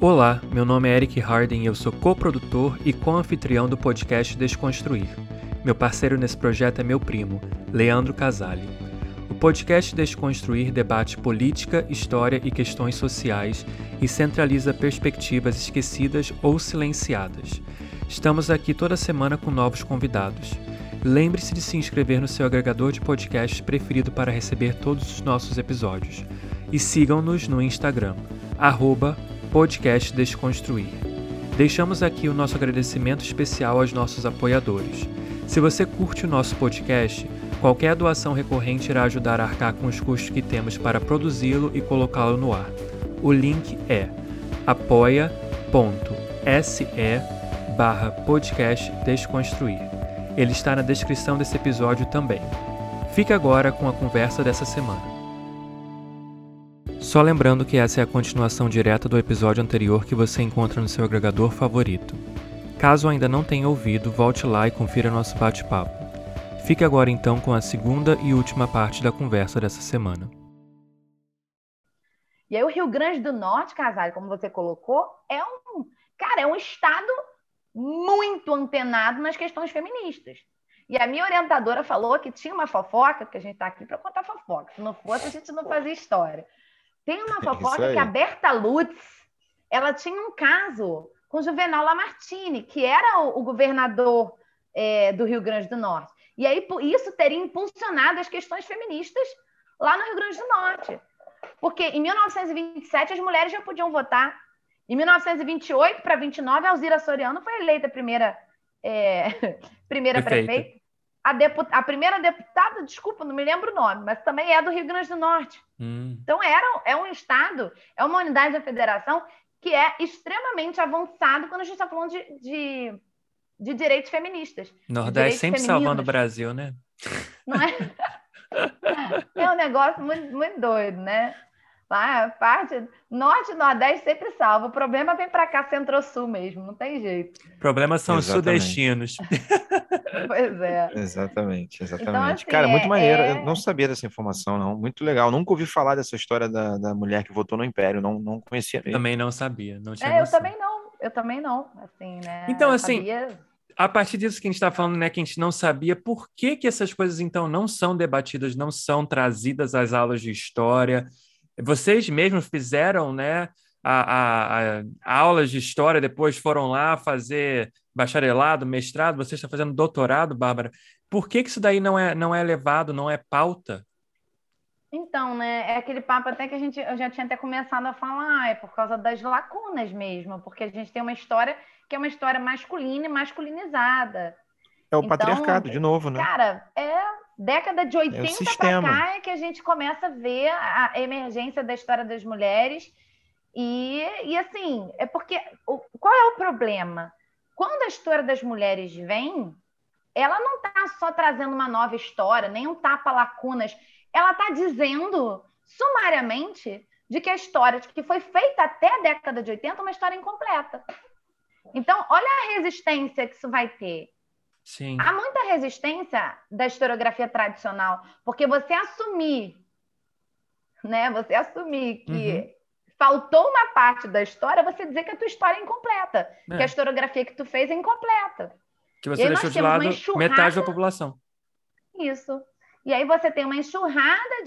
Olá, meu nome é Eric Harden e eu sou coprodutor e co-anfitrião do podcast Desconstruir. Meu parceiro nesse projeto é meu primo, Leandro Casale. O podcast Desconstruir debate política, história e questões sociais e centraliza perspectivas esquecidas ou silenciadas. Estamos aqui toda semana com novos convidados. Lembre-se de se inscrever no seu agregador de podcasts preferido para receber todos os nossos episódios. E sigam-nos no Instagram, @podcast Desconstruir. Deixamos aqui o nosso agradecimento especial aos nossos apoiadores. Se você curte o nosso podcast, qualquer doação recorrente irá ajudar a arcar com os custos que temos para produzi-lo e colocá-lo no ar. O link é apoia.se/podcast Desconstruir. Ele está na descrição desse episódio também. Fique agora com a conversa dessa semana. Só lembrando que essa é a continuação direta do episódio anterior que você encontra no seu agregador favorito. Caso ainda não tenha ouvido, volte lá e confira nosso bate-papo. Fique agora então com a segunda e última parte da conversa dessa semana. E aí o Rio Grande do Norte, Casale, como você colocou, é um estado muito antenado nas questões feministas. E a minha orientadora falou que tinha uma fofoca, porque a gente está aqui para contar fofoca. Se não fosse, a gente não fazia história. Tem uma fofoca que a Berta Lutz, ela tinha um caso com Juvenal Lamartine, que era o governador do Rio Grande do Norte. E aí isso teria impulsionado as questões feministas lá no Rio Grande do Norte. Porque em 1927 as mulheres já podiam votar. Em 1928 para 29, a Alzira Soriano foi eleita primeira prefeita. A primeira deputada, desculpa, não me lembro o nome, mas também é do Rio Grande do Norte. Então, é um estado, é uma unidade da federação que é extremamente avançado quando a gente está falando de direitos feministas. Nordeste sempre salvando o Brasil, né? Não é? É um negócio muito, muito doido, né? A parte norte e nordeste sempre salva. O problema vem para cá, centro-sul mesmo, não tem jeito. O problema são os sudestinos. Pois é. Exatamente. Então, assim, Cara, muito maneiro. Eu não sabia dessa informação, não. Muito legal. Nunca ouvi falar dessa história da mulher que votou no Império. Não conhecia mesmo. Também não sabia. Não tinha eu também não. Assim, né? Então, assim, a partir disso que a gente está falando, né, que a gente não sabia, por que essas coisas, então, não são debatidas, não são trazidas às aulas de história? Vocês mesmos fizeram, né, a aulas de história, depois foram lá fazer bacharelado, mestrado, você está fazendo doutorado, Bárbara. Por que isso daí não é levado, não é pauta? Então, né, é aquele papo até que eu já tinha até começado a falar, é por causa das lacunas mesmo, porque a gente tem uma história que é uma história masculina e masculinizada. É o patriarcado, de novo, né? Cara, década de 80 para cá é que a gente começa a ver a emergência da história das mulheres e assim, é porque qual é o problema? Quando a história das mulheres vem, ela não está só trazendo uma nova história, nem um tapa-lacunas, ela está dizendo sumariamente de que a história que foi feita até a década de 80 é uma história incompleta. Então, olha a resistência que isso vai ter. Sim. Há muita resistência da historiografia tradicional, porque você assumir, né? Você assumir que faltou uma parte da história, você dizer que a tua história é incompleta, que a historiografia que tu fez é incompleta. Que você deixou de lado metade da população. Isso. E aí você tem uma enxurrada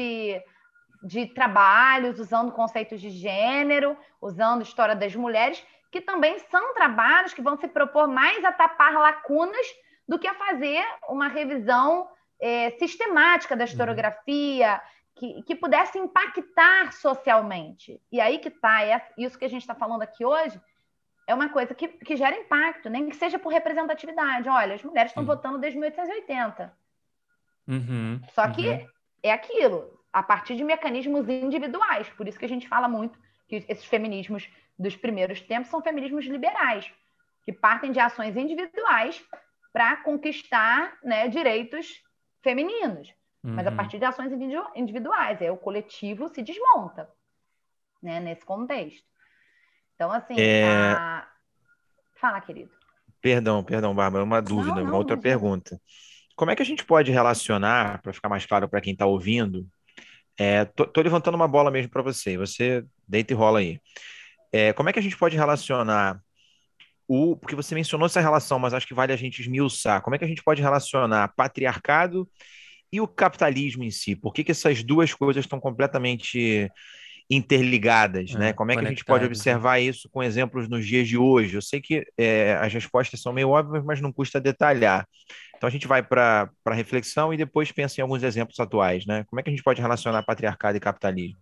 de trabalhos usando conceitos de gênero, usando história das mulheres, que também são trabalhos que vão se propor mais a tapar lacunas do que a fazer uma revisão sistemática da historiografia, que pudesse impactar socialmente. E aí que está, isso que a gente está falando aqui hoje, é uma coisa que gera impacto, nem que seja por representatividade. Olha, as mulheres estão votando desde 1880. Só que é aquilo, a partir de mecanismos individuais. Por isso que a gente fala muito que esses feminismos dos primeiros tempos são feminismos liberais, que partem de ações individuais para conquistar, né, direitos femininos. Mas a partir de ações individuais, o coletivo se desmonta, né, nesse contexto. Então, assim, fala, querido. Perdão, Bárbara, uma dúvida, uma outra pergunta. Como é que a gente pode relacionar, para ficar mais claro para quem está ouvindo, tô levantando uma bola mesmo para você deita e rola aí. Como é que a gente pode relacionar porque você mencionou essa relação, mas acho que vale a gente esmiuçar. Como é que a gente pode relacionar patriarcado e o capitalismo em si? Por que que essas duas coisas estão completamente interligadas, né? Como é que a gente pode Conectados, né? observar isso com exemplos nos dias de hoje? Eu sei que as respostas são meio óbvias, mas não custa detalhar. Então a gente vai para a reflexão e depois pensa em alguns exemplos atuais, né? Como é que a gente pode relacionar patriarcado e capitalismo?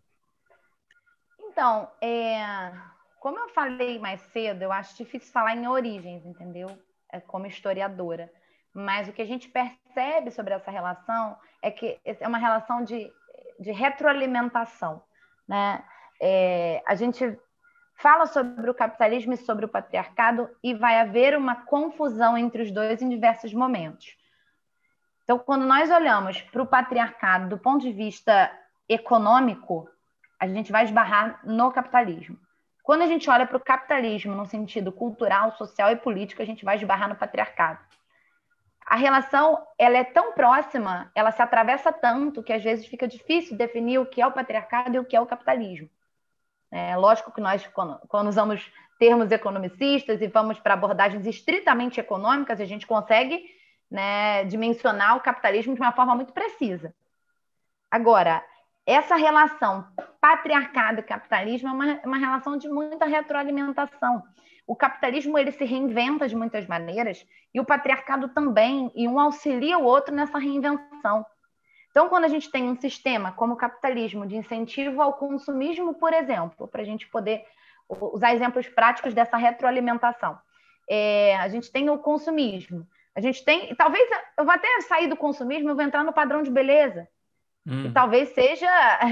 Então, como eu falei mais cedo, eu acho difícil falar em origens, entendeu? Como historiadora. Mas o que a gente percebe sobre essa relação é que é uma relação de retroalimentação, né? A gente fala sobre o capitalismo e sobre o patriarcado e vai haver uma confusão entre os dois em diversos momentos. Então, quando nós olhamos para o patriarcado do ponto de vista econômico, a gente vai esbarrar no capitalismo. Quando a gente olha para o capitalismo no sentido cultural, social e político, a gente vai esbarrar no patriarcado. A relação ela é tão próxima, ela se atravessa tanto que às vezes fica difícil definir o que é o patriarcado e o que é o capitalismo. Lógico que nós, quando usamos termos economicistas e vamos para abordagens estritamente econômicas, a gente consegue, né, dimensionar o capitalismo de uma forma muito precisa. Agora, essa relação patriarcado e capitalismo é uma relação de muita retroalimentação. O capitalismo ele se reinventa de muitas maneiras e o patriarcado também, e um auxilia o outro nessa reinvenção. Então, quando a gente tem um sistema como o capitalismo de incentivo ao consumismo, por exemplo, para a gente poder usar exemplos práticos dessa retroalimentação, a gente tem o consumismo. A gente tem, talvez eu vou até sair do consumismo, eu vou entrar no padrão de beleza, que talvez seja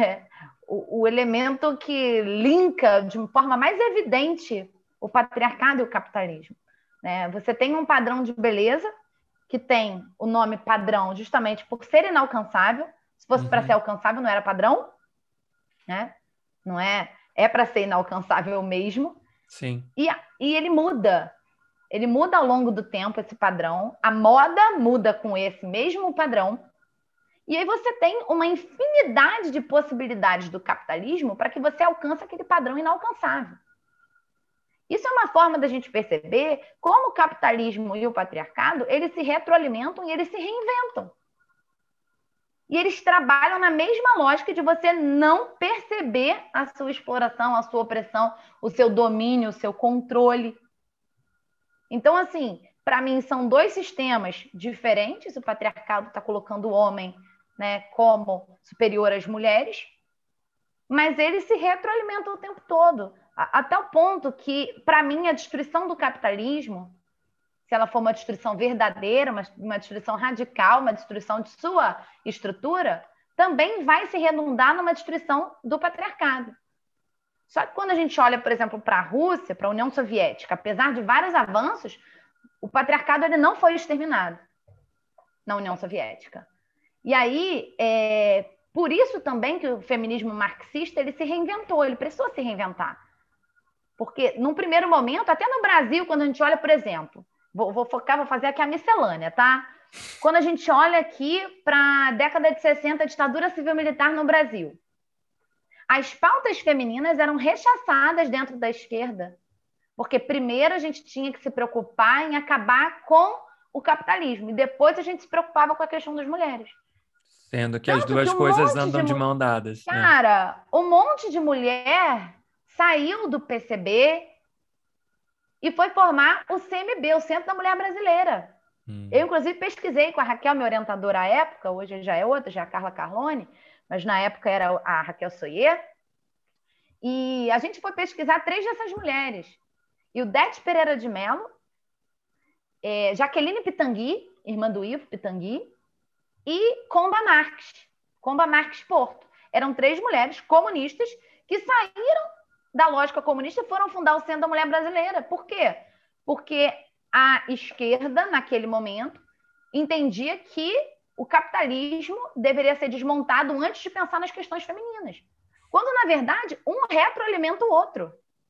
o elemento que linka de uma forma mais evidente o patriarcado e o capitalismo, né? Você tem um padrão de beleza que tem o nome padrão justamente por ser inalcançável. Se fosse para ser alcançável, não era padrão, né? Não é para ser inalcançável mesmo. Sim. E ele muda. Ele muda ao longo do tempo esse padrão. A moda muda com esse mesmo padrão. E aí você tem uma infinidade de possibilidades do capitalismo para que você alcance aquele padrão inalcançável. Isso é uma forma da gente perceber como o capitalismo e o patriarcado, eles se retroalimentam e eles se reinventam. E eles trabalham na mesma lógica de você não perceber a sua exploração, a sua opressão, o seu domínio, o seu controle. Então, assim, para mim são dois sistemas diferentes. O patriarcado está colocando o homem, né, como superior às mulheres, mas eles se retroalimentam o tempo todo. Até o ponto que, para mim, a destruição do capitalismo, se ela for uma destruição verdadeira, uma destruição radical, uma destruição de sua estrutura, também vai se redundar numa destruição do patriarcado. Só que quando a gente olha, por exemplo, para a Rússia, para a União Soviética, apesar de vários avanços, o patriarcado ele não foi exterminado na União Soviética. E aí, por isso também que o feminismo marxista ele se reinventou, ele precisou se reinventar. Porque, num primeiro momento, até no Brasil, quando a gente olha, por exemplo, vou fazer aqui a miscelânea, tá? Quando a gente olha aqui para a década de 60, a ditadura civil-militar no Brasil, as pautas femininas eram rechaçadas dentro da esquerda, porque primeiro a gente tinha que se preocupar em acabar com o capitalismo, e depois a gente se preocupava com a questão das mulheres. Sendo que as duas coisas andam de mão dadas. Cara, um monte de mulher saiu do PCB e foi formar o CMB, o Centro da Mulher Brasileira. Eu, inclusive, pesquisei com a Raquel, minha orientadora à época, hoje já é outra, já é a Carla Carlone, mas na época era a Raquel Soyer, e a gente foi pesquisar 3 dessas mulheres. E o Dete Pereira de Mello, Jaqueline Pitangui, irmã do Ivo Pitangui, e Comba Marques Porto. Eram 3 mulheres comunistas que saíram da lógica comunista e foram fundar o Centro da Mulher Brasileira. Por quê? Porque a esquerda, naquele momento, entendia que o capitalismo deveria ser desmontado antes de pensar nas questões femininas. Quando, na verdade, um retroalimenta o outro.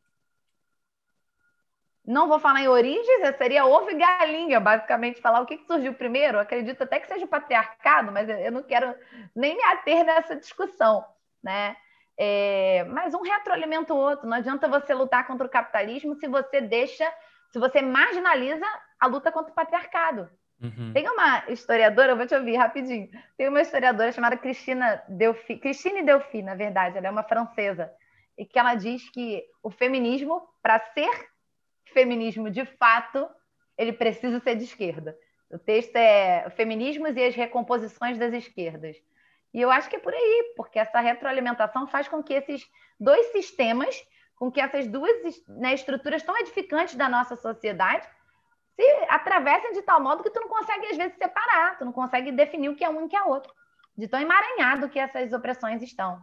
Não vou falar em origens, seria ovo e galinha, basicamente, falar o que surgiu primeiro. Eu acredito até que seja o patriarcado, mas eu não quero nem me ater nessa discussão, né? mas um retroalimenta o outro. Não adianta você lutar contra o capitalismo se você marginaliza a luta contra o patriarcado. Tem uma historiadora, eu vou te ouvir rapidinho. Tem uma historiadora chamada Christine Delphi, na verdade, ela é uma francesa, e que ela diz que o feminismo, para ser feminismo de fato, ele precisa ser de esquerda. O texto é Feminismos e as Recomposições das Esquerdas. E eu acho que é por aí, porque essa retroalimentação faz com que esses dois sistemas, com que essas duas, né, estruturas tão edificantes da nossa sociedade, se atravessem de tal modo que tu não consegue, às vezes, separar, tu não consegue definir o que é um e o que é outro, de tão emaranhado que essas opressões estão.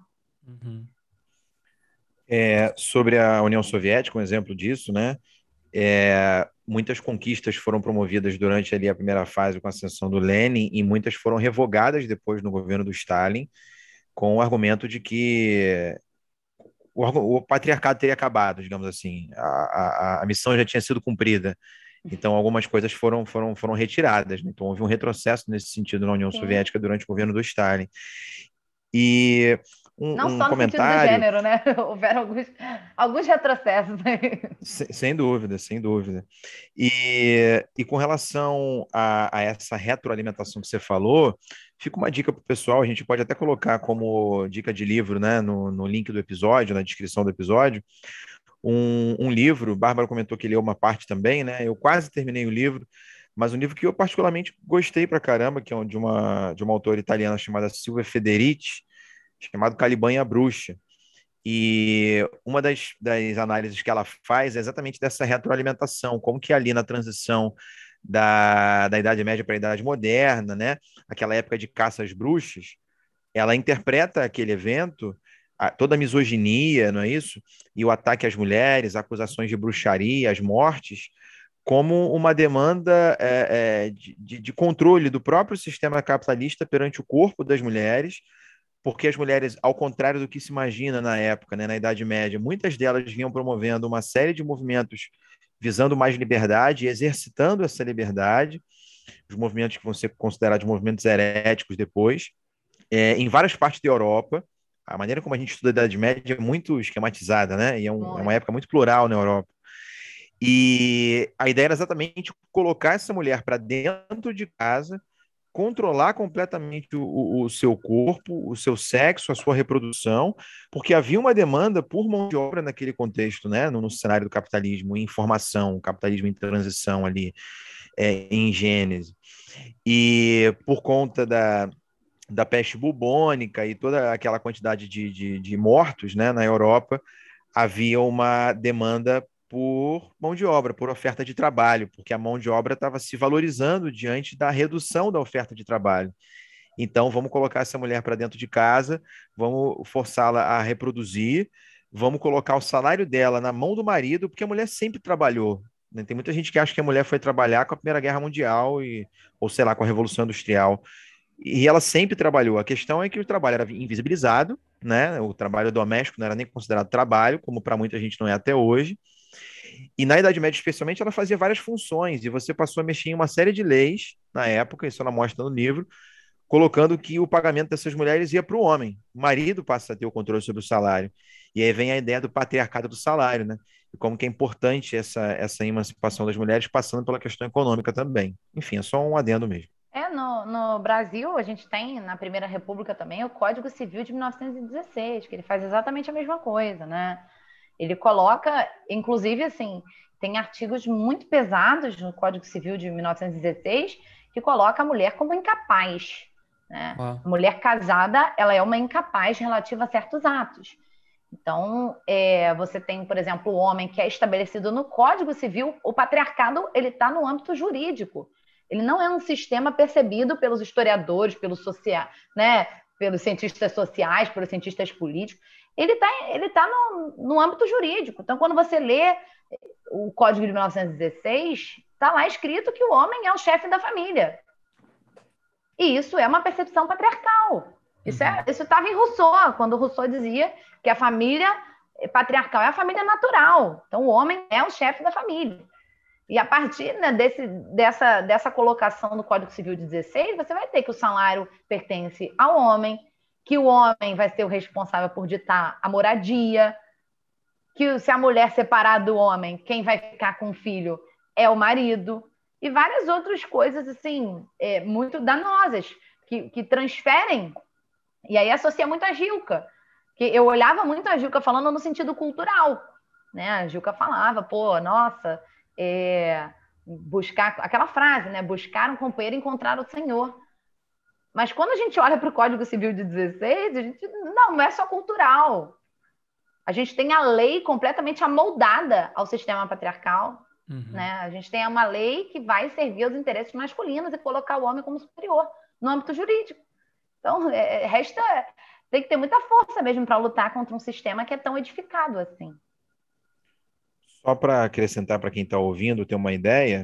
Sobre a União Soviética, um exemplo disso, né? Muitas conquistas foram promovidas durante ali a primeira fase com a ascensão do Lenin e muitas foram revogadas depois no governo do Stalin, com o argumento de que o patriarcado teria acabado, digamos assim, a missão já tinha sido cumprida. Então, algumas coisas foram retiradas, né? Então, houve um retrocesso nesse sentido na União Soviética durante o governo do Stalin. E não só no sentido do gênero, né? Houveram alguns retrocessos. Sem dúvida, sem dúvida. E com relação a essa retroalimentação que você falou, fica uma dica para o pessoal, a gente pode até colocar como dica de livro, né, no link do episódio, na descrição do episódio, um livro, Bárbara comentou que leu uma parte também, né? Eu quase terminei o livro, mas um livro que eu particularmente gostei pra caramba, que é de uma autora italiana chamada Silvia Federici, chamado Caliban e a Bruxa. E uma das análises que ela faz é exatamente dessa retroalimentação, como que ali na transição da Idade Média para a Idade Moderna, né? Aquela época de caça às bruxas, ela interpreta aquele evento, toda a misoginia, não é isso? E o ataque às mulheres, acusações de bruxaria, as mortes, como uma demanda de controle do próprio sistema capitalista perante o corpo das mulheres, porque as mulheres, ao contrário do que se imagina na época, né, na Idade Média, muitas delas vinham promovendo uma série de movimentos visando mais liberdade e exercitando essa liberdade, os movimentos que vão ser considerados movimentos heréticos depois, em várias partes da Europa. A maneira como a gente estuda a Idade Média é muito esquematizada, né? E é uma época muito plural na Europa. E a ideia era exatamente colocar essa mulher para dentro de casa, controlar completamente o seu corpo, o seu sexo, a sua reprodução, porque havia uma demanda por mão de obra naquele contexto, né? No cenário do capitalismo em formação, capitalismo em transição ali, em gênese. E por conta da peste bubônica e toda aquela quantidade de mortos, né, na Europa, havia uma demanda por mão de obra, por oferta de trabalho, porque a mão de obra estava se valorizando diante da redução da oferta de trabalho. Então, vamos colocar essa mulher para dentro de casa, vamos forçá-la a reproduzir, vamos colocar o salário dela na mão do marido, porque a mulher sempre trabalhou. Né? Tem muita gente que acha que a mulher foi trabalhar com a Primeira Guerra Mundial, ou sei lá, com a Revolução Industrial. E ela sempre trabalhou. A questão é que o trabalho era invisibilizado, né? O trabalho doméstico não era nem considerado trabalho, como para muita gente não é até hoje. E na Idade Média, especialmente, ela fazia várias funções, e você passou a mexer em uma série de leis na época, isso ela mostra no livro, colocando que o pagamento dessas mulheres ia para o homem. O marido passa a ter o controle sobre o salário. E aí vem a ideia do patriarcado do salário, né? E como que é importante essa emancipação das mulheres, passando pela questão econômica também. Enfim, é só um adendo mesmo. No Brasil, a gente tem, na Primeira República também, o Código Civil de 1916, que ele faz exatamente a mesma coisa, né? Ele coloca, inclusive, assim, tem artigos muito pesados no Código Civil de 1916 que coloca a mulher como incapaz, né? A mulher casada, ela é uma incapaz relativa a certos atos. Então, você tem, por exemplo, o homem que é estabelecido no Código Civil, o patriarcado, ele está no âmbito jurídico. Ele não é um sistema percebido pelos historiadores, né, pelos cientistas sociais, pelos cientistas políticos. Ele tá no âmbito jurídico. Então, quando você lê o Código de 1916, está lá escrito que o homem é o chefe da família. E isso é uma percepção patriarcal. Isso estava em Rousseau, quando Rousseau dizia que a família patriarcal é a família natural. Então, o homem é o chefe da família. E a partir, né, dessa colocação do Código Civil de 16, você vai ter que o salário pertence ao homem, que o homem vai ser o responsável por ditar a moradia, que se a mulher separar do homem, quem vai ficar com o filho é o marido, e várias outras coisas assim, muito danosas, que transferem, e aí associa muito a Gilca, que eu olhava muito a Gilca falando no sentido cultural, né? A Gilca falava, pô, nossa, buscar, aquela frase, né? Buscar um companheiro e encontrar o Senhor. Mas quando a gente olha para o Código Civil de 16, a gente não é só cultural. A gente tem a lei completamente amoldada ao sistema patriarcal. Né? A gente tem uma lei que vai servir aos interesses masculinos e colocar o homem como superior no âmbito jurídico. Então, tem que ter muita força mesmo para lutar contra um sistema que é tão edificado assim. Só para acrescentar para quem está ouvindo, ter uma ideia,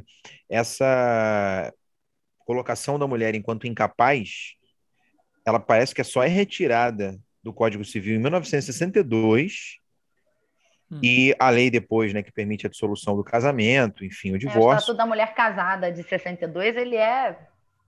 essa colocação da mulher enquanto incapaz, ela parece que só é retirada do Código Civil em 1962, e a lei depois, né, que permite a dissolução do casamento, enfim, o O divórcio. Estatuto da Mulher Casada de 62, ele é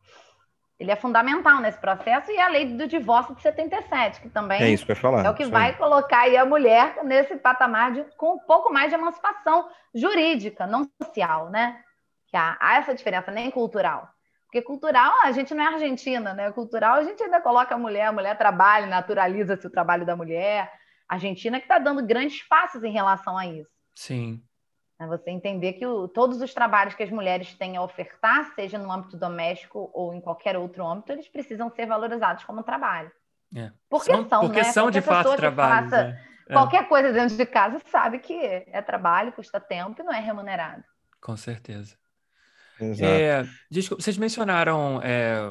fundamental nesse processo, e a lei do divórcio de 77, que também É isso que eu ia falar. é o que vai colocar aí a mulher nesse patamar com um pouco mais de emancipação jurídica, não social, né? Que há essa diferença, nem cultural. Porque cultural, a gente não é Argentina, né? Cultural, a gente ainda coloca a mulher trabalha, naturaliza-se o trabalho da mulher. A Argentina que está dando grandes passos em relação a isso. Sim. É você entender que todos os trabalhos que as mulheres têm a ofertar, seja no âmbito doméstico ou em qualquer outro âmbito, eles precisam ser valorizados como trabalho. Porque porque né? são Qualquer de fato pessoa que trabalhos. faça qualquer coisa dentro de casa sabe que é trabalho, custa tempo e não é remunerado. Com certeza. Exato. Desculpa, vocês mencionaram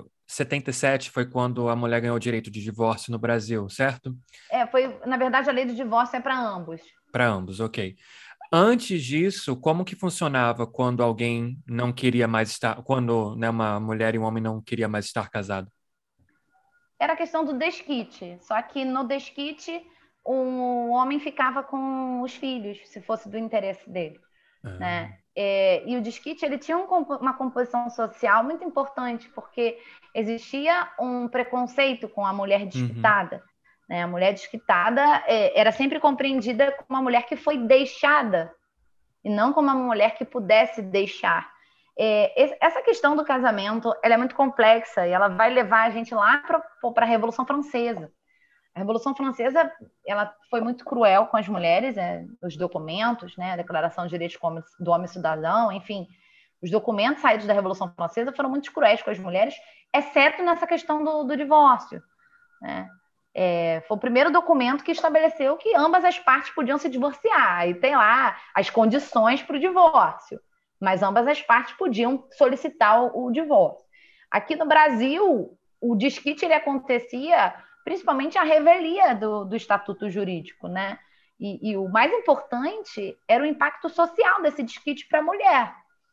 77 foi quando a mulher ganhou o direito de divórcio no Brasil, certo? Na verdade, a lei do divórcio é para ambos. Para ambos, ok. Antes disso, como que funcionava quando alguém não queria mais estar, quando, né, uma mulher e um homem não queria mais estar casado? Era a questão do desquite, só que no desquite o homem ficava com os filhos, se fosse do interesse dele, né? E o desquite ele tinha uma composição social muito importante, porque existia um preconceito com a mulher desquitada. Né? A mulher desquitada era sempre compreendida como uma mulher que foi deixada, e não como uma mulher que pudesse deixar. Essa questão do casamento ela é muito complexa e ela vai levar a gente lá para a Revolução Francesa. A Revolução Francesa ela foi muito cruel com as mulheres, os documentos, né, a Declaração de Direitos do Homem e Cidadão, enfim, os documentos saídos da Revolução Francesa foram muito cruéis com as mulheres, exceto nessa questão do divórcio. Né? Foi o primeiro documento que estabeleceu que ambas as partes podiam se divorciar, e tem lá as condições para o divórcio, mas ambas as partes podiam solicitar o divórcio. Aqui no Brasil, o desquite ele acontecia principalmente a revelia do estatuto jurídico, né? E o mais importante era o impacto social desse desquite para a mulher.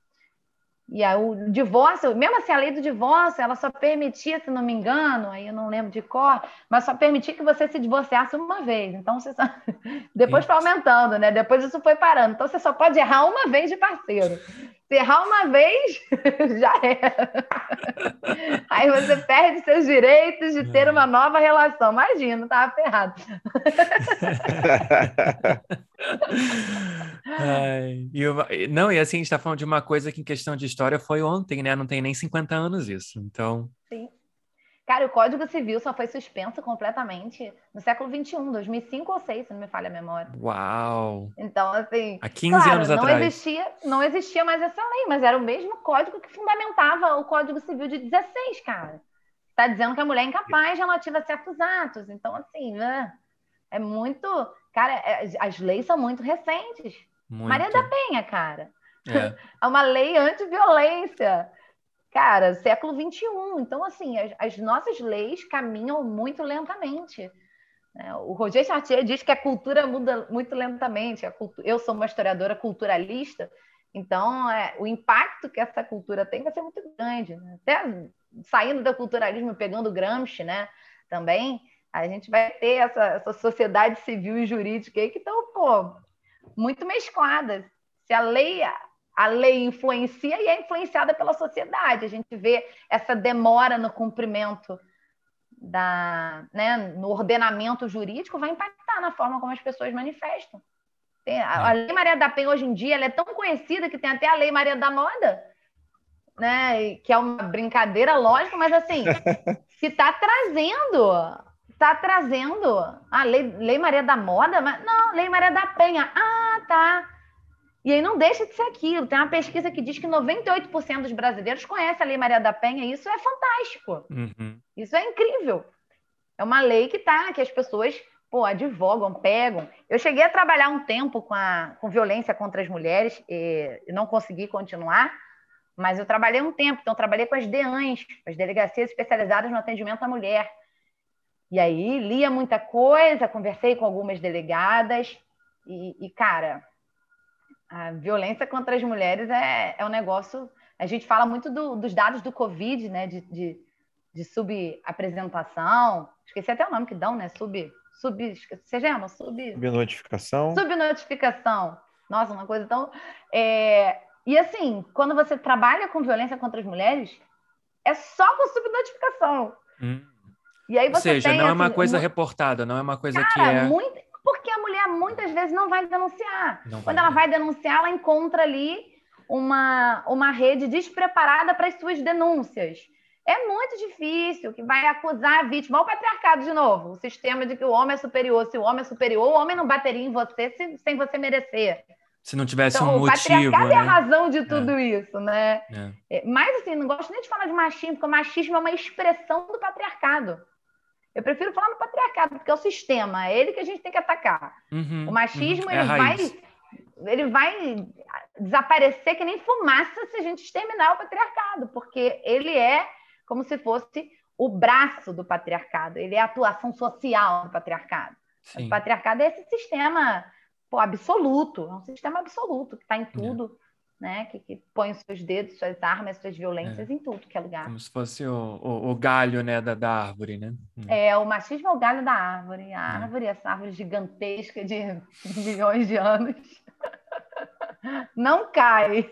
E aí, o divórcio, mesmo assim, a lei do divórcio, ela só permitia, se não me engano, aí eu não lembro de cor, mas só permitia que você se divorciasse uma vez. Então, depois foi aumentando, né? Depois isso foi parando. Então, você só pode errar uma vez de parceiro. Se errar uma vez, já era. Aí você perde seus direitos de ter uma nova relação. Imagina, estava ferrado. E assim, a gente está falando de uma coisa que em questão de história foi ontem, né? Não tem nem 50 anos isso, então... Sim. Cara, o Código Civil só foi suspenso completamente no século XXI, 2005 ou 2006, se não me falha a memória. Uau! Então, assim... Há 15 anos atrás. Não existia mais essa lei, mas era o mesmo código que fundamentava o Código Civil de 16, cara. Está dizendo que a mulher é incapaz relativa a certos atos. Então, assim, é muito... Cara, as leis são muito recentes. Muito. Maria da Penha, cara. É uma lei anti-violência. Cara, século XXI. Então, assim, as nossas leis caminham muito lentamente. O Roger Chartier diz que a cultura muda muito lentamente. Eu sou uma historiadora culturalista, então o impacto que essa cultura tem vai ser muito grande. Né? Até saindo do culturalismo, pegando Gramsci, né? Também, a gente vai ter essa sociedade civil e jurídica aí que estão, muito mescladas. Se a lei influencia e é influenciada pela sociedade. A gente vê essa demora no cumprimento né, no ordenamento jurídico vai impactar na forma como as pessoas manifestam. A Lei Maria da Penha, hoje em dia, ela é tão conhecida que tem até a Lei Maria da Moda, né, que é uma brincadeira, lógico, mas assim, que está trazendo a Lei Maria da Moda, mas não, Lei Maria da Penha. Ah, tá. E aí não deixa de ser aquilo. Tem uma pesquisa que diz que 98% dos brasileiros conhecem a Lei Maria da Penha, e isso é fantástico. Uhum. Isso é incrível. É uma lei que as pessoas advogam, pegam. Eu cheguei a trabalhar um tempo com violência contra as mulheres e não consegui continuar, mas eu trabalhei um tempo. Então, eu trabalhei com as DEANs, as Delegacias Especializadas no Atendimento à Mulher. E aí, lia muita coisa, conversei com algumas delegadas e cara, a violência contra as mulheres é um negócio... A gente fala muito dos dados do Covid, né, de subapresentação. Esqueci até o nome que dão, né? Você chama? Subnotificação. Subnotificação. Nossa, uma coisa tão... E assim, quando você trabalha com violência contra as mulheres, é só com subnotificação. E aí Ou você seja, tem, não é uma assim, coisa reportada, não é uma coisa que cara, porque a mulher muitas vezes não vai denunciar. Quando ela vai denunciar, ela encontra ali uma rede despreparada para as suas denúncias. É muito difícil, que vai acusar a vítima. Olha o patriarcado de novo, o sistema de que o homem é superior. Se o homem é superior, o homem não bateria em você sem você merecer. Se não tivesse Então, um motivo, o patriarcado né? é a razão de tudo isso, né? É. Mas, assim, não gosto nem de falar de machismo, porque o machismo é uma expressão do patriarcado. Eu prefiro falar no patriarcado, porque é o sistema, é ele que a gente tem que atacar. O machismo, ele vai desaparecer que nem fumaça se a gente exterminar o patriarcado, porque ele é como se fosse o braço do patriarcado, ele é a atuação social do patriarcado. Sim. O patriarcado é esse sistema absoluto, é um sistema absoluto que está em tudo, né? Que põe os seus dedos, suas armas, suas violências em tudo que é lugar. Como se fosse o galho, né, da árvore, né? O machismo é o galho da árvore. A árvore, essa árvore gigantesca de milhões de anos, não cai.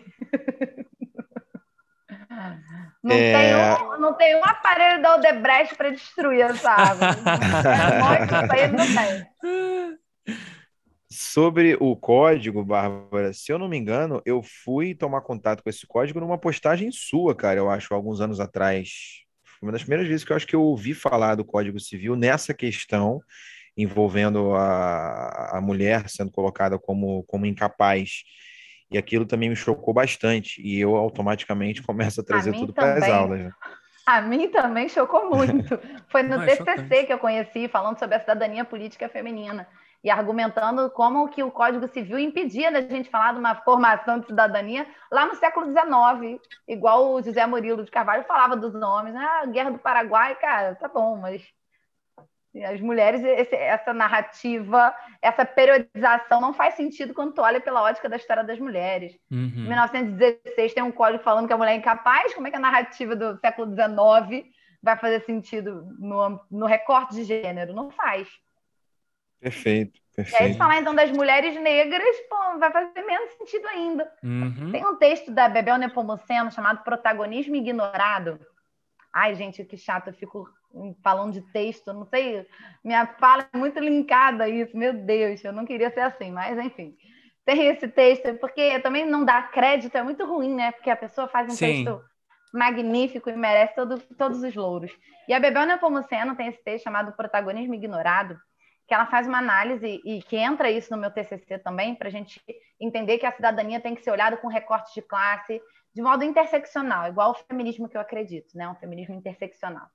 Não tem um aparelho da Odebrecht para destruir essa árvore. Não tem. Sobre o código, Bárbara, se eu não me engano, eu fui tomar contato com esse código numa postagem sua, cara, eu acho, alguns anos atrás. Foi uma das primeiras vezes que eu acho que eu ouvi falar do Código Civil nessa questão envolvendo a mulher sendo colocada como incapaz. E aquilo também me chocou bastante. E eu automaticamente começo a trazer tudo para as aulas. Né? A mim também chocou muito. Foi no TCC que eu conheci, falando sobre a cidadania política feminina. E argumentando como que o Código Civil impedia da gente falar de uma formação de cidadania lá no século XIX, igual o José Murilo de Carvalho falava dos homens. Guerra do Paraguai, cara, tá bom, mas as mulheres, essa narrativa, essa periodização não faz sentido quando tu olha pela ótica da história das mulheres. Em 1916 tem um código falando que a mulher é incapaz, como é que a narrativa do século XIX vai fazer sentido no recorte de gênero? Não faz. Perfeito. E aí, falar então das mulheres negras, vai fazer menos sentido ainda. Tem um texto da Bebel Nepomuceno chamado Protagonismo Ignorado. Ai, gente, que chato, eu fico falando de texto, não sei, minha fala é muito linkada a isso, meu Deus, eu não queria ser assim, mas enfim. Tem esse texto, porque também não dá crédito, é muito ruim, né? Porque a pessoa faz um texto magnífico e merece todos os louros. E a Bebel Nepomuceno tem esse texto chamado Protagonismo Ignorado, que ela faz uma análise e que entra isso no meu TCC também, para a gente entender que a cidadania tem que ser olhada com recortes de classe, de modo interseccional, igual o feminismo que eu acredito, né? Um feminismo interseccional.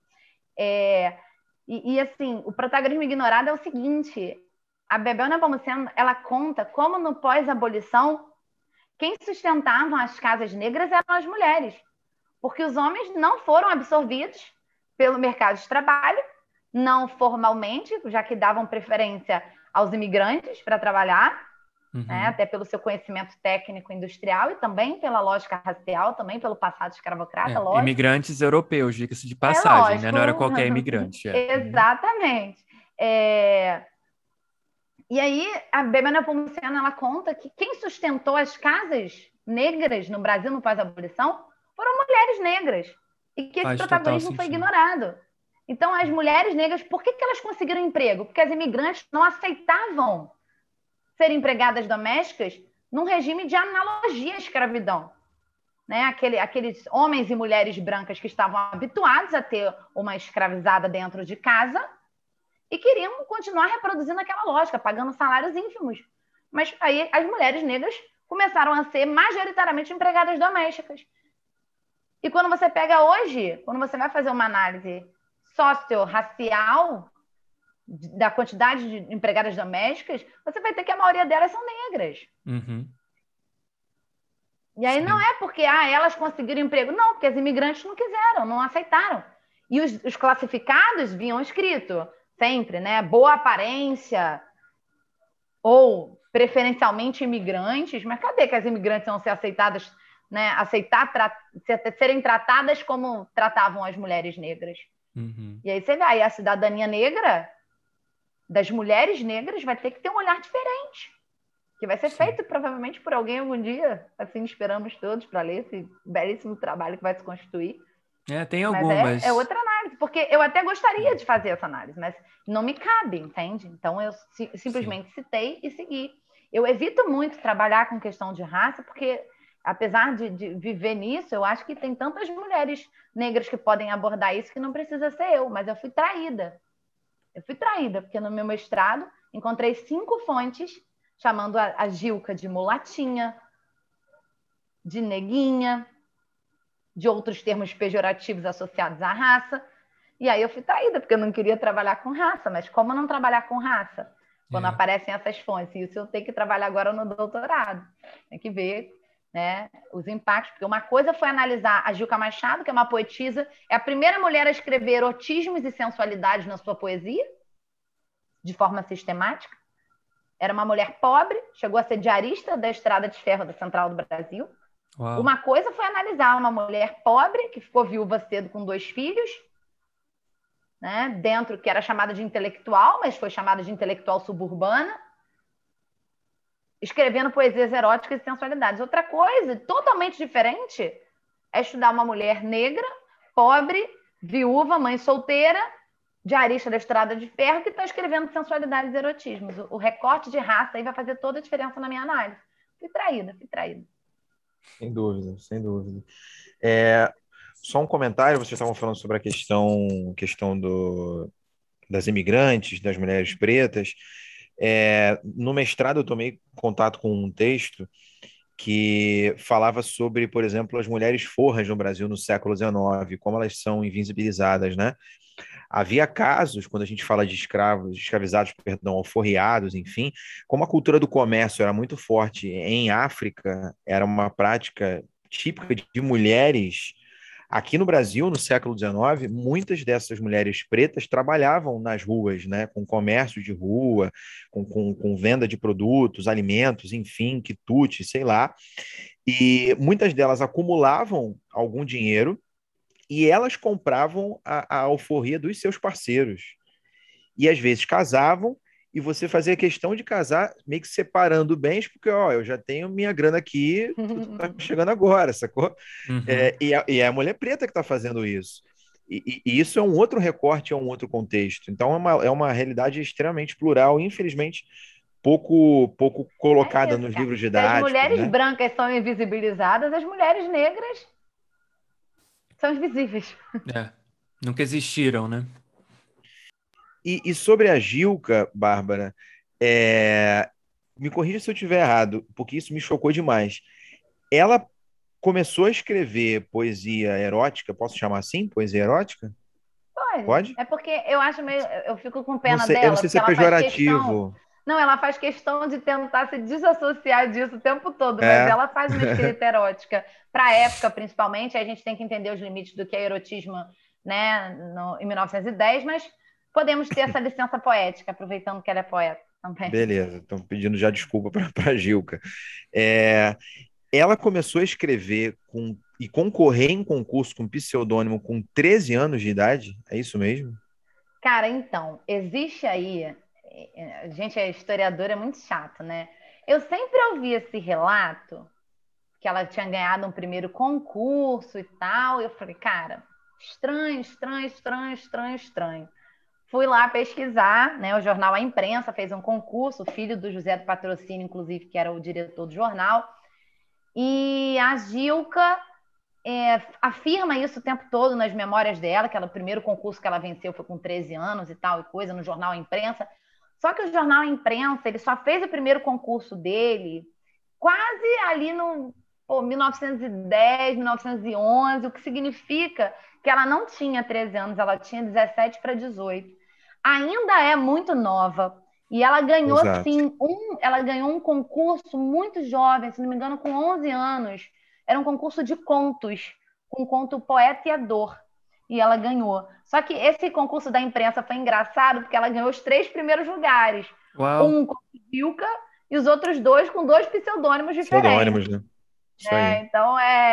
Assim, o protagonismo ignorado é o seguinte, a Bebel Nepomuceno, ela conta como no pós-abolição, quem sustentava as casas negras eram as mulheres, porque os homens não foram absorvidos pelo mercado de trabalho, não formalmente, já que davam preferência aos imigrantes para trabalhar, né, até pelo seu conhecimento técnico industrial e também pela lógica racial, também pelo passado escravocrata, lógico. Imigrantes europeus, diga-se de passagem, né? Não era qualquer imigrante. Exatamente. E aí, a Bebel Nepomuceno, ela conta que quem sustentou as casas negras no Brasil no pós-abolição foram mulheres negras, e que esse protagonismo foi ignorado. Então, as mulheres negras, por que elas conseguiram emprego? Porque as imigrantes não aceitavam ser empregadas domésticas num regime de analogia à escravidão. Né? Aqueles homens e mulheres brancas que estavam habituados a ter uma escravizada dentro de casa e queriam continuar reproduzindo aquela lógica, pagando salários ínfimos. Mas aí as mulheres negras começaram a ser majoritariamente empregadas domésticas. E quando você pega hoje, quando você vai fazer uma análise socio-racial da quantidade de empregadas domésticas, você vai ter que a maioria delas são negras. Uhum. E aí não é porque elas conseguiram emprego. Não, porque as imigrantes não quiseram, não aceitaram. E os classificados vinham escrito sempre, né? Boa aparência ou preferencialmente imigrantes. Mas cadê que as imigrantes vão ser aceitadas, né? Serem tratadas como tratavam as mulheres negras? Uhum. E aí você vê, aí a cidadania negra das mulheres negras vai ter que ter um olhar diferente, que vai ser feito provavelmente por alguém algum dia, assim esperamos todos para ler esse belíssimo trabalho que vai se constituir. Tem mas algumas. é outra análise, porque eu até gostaria de fazer essa análise, mas não me cabe, entende? Então eu simplesmente citei e segui. Eu evito muito trabalhar com questão de raça, porque apesar de viver nisso, eu acho que tem tantas mulheres negras que podem abordar isso que não precisa ser eu, mas eu fui traída. Eu fui traída, porque no meu mestrado encontrei 5 fontes chamando a Gilca de mulatinha, de neguinha, de outros termos pejorativos associados à raça. E aí eu fui traída, porque eu não queria trabalhar com raça. Mas como não trabalhar com raça? Quando aparecem essas fontes. E isso eu tenho que trabalhar agora no doutorado. Tem que ver, né, os impactos. Porque uma coisa foi analisar a Gilca Machado, que é uma poetisa, é a primeira mulher a escrever erotismos e sensualidades na sua poesia, de forma sistemática. Era uma mulher pobre, chegou a ser diarista da Estrada de Ferro da Central do Brasil. Uau. Uma coisa foi analisar uma mulher pobre, que ficou viúva cedo com 2 filhos, né, dentro, que era chamada de intelectual, mas foi chamada de intelectual suburbana, escrevendo poesias eróticas e sensualidades. Outra coisa, totalmente diferente, é estudar uma mulher negra, pobre, viúva, mãe solteira, diarista da Estrada de Ferro, que está escrevendo sensualidades e erotismos. O recorte de raça aí vai fazer toda a diferença na minha análise. Fui traída. Sem dúvida, sem dúvida. Só um comentário, vocês estavam falando sobre a questão das imigrantes, das mulheres pretas. No mestrado eu tomei contato com um texto que falava sobre, por exemplo, as mulheres forras no Brasil no século XIX, como elas são invisibilizadas, né? Havia casos, quando a gente fala de escravizados, perdão, alforriados, enfim, como a cultura do comércio era muito forte em África, era uma prática típica de mulheres. Aqui no Brasil, no século XIX, muitas dessas mulheres pretas trabalhavam nas ruas, né, com comércio de rua, com venda de produtos, alimentos, enfim, quitute, sei lá. E muitas delas acumulavam algum dinheiro e elas compravam a alforria dos seus parceiros. E às vezes casavam, e você fazia questão de casar meio que separando bens, porque, ó, eu já tenho minha grana aqui, tu tá chegando agora, sacou? Uhum. E é a mulher preta que está fazendo isso. E isso é um outro recorte, é um outro contexto. Então é uma realidade extremamente plural, infelizmente pouco colocada nos Cara. livros Se as didáticos, mulheres né? brancas são invisibilizadas, as mulheres negras são invisíveis. Nunca existiram, né? E sobre a Gilca, Bárbara, me corrija se eu estiver errado, porque isso me chocou demais. Ela começou a escrever poesia erótica, posso chamar assim? Poesia erótica? Pode. Pode? É porque eu acho meio. Eu fico com Não pena sei, eu não dela, sei se porque é ela faz questão. pejorativo. Não, ela faz questão de tentar se desassociar disso o tempo todo, mas É. ela faz uma escrita erótica para a época, principalmente. A gente tem que entender os limites do que é erotismo, né, em 1910, mas podemos ter essa licença poética, aproveitando que ela é poeta também. Beleza, estão pedindo já desculpa para a Gilca. Ela começou a escrever e concorrer em concurso com pseudônimo com 13 anos de idade, é isso mesmo? Cara, então, existe aí. Gente, a historiadora é muito chato, né? Eu sempre ouvi esse relato que ela tinha ganhado um primeiro concurso e tal. E eu falei, cara, Estranho, estranho, estranho, estranho, estranho. Fui lá pesquisar, né? O jornal A Imprensa fez um concurso, o filho do José do Patrocínio, inclusive, que era o diretor do jornal, e a Gilca afirma isso o tempo todo nas memórias dela, que ela, o primeiro concurso que ela venceu foi com 13 anos e tal, e coisa, no jornal A Imprensa. Só que o jornal A Imprensa, ele só fez o primeiro concurso dele quase ali no 1910, 1911, o que significa que ela não tinha 13 anos, ela tinha 17 para 18. Ainda é muito nova. E ela ganhou, Exato. sim, ela ganhou um concurso muito jovem, se não me engano, com 11 anos. Era um concurso de contos, com o conto Poeta e a Dor. E ela ganhou. Só que esse concurso da imprensa foi engraçado, porque ela ganhou os 3 primeiros lugares. Uau, Um com Vilca e os outros 2 com 2 pseudônimos diferentes. Pseudônimos, né? Isso aí. Então,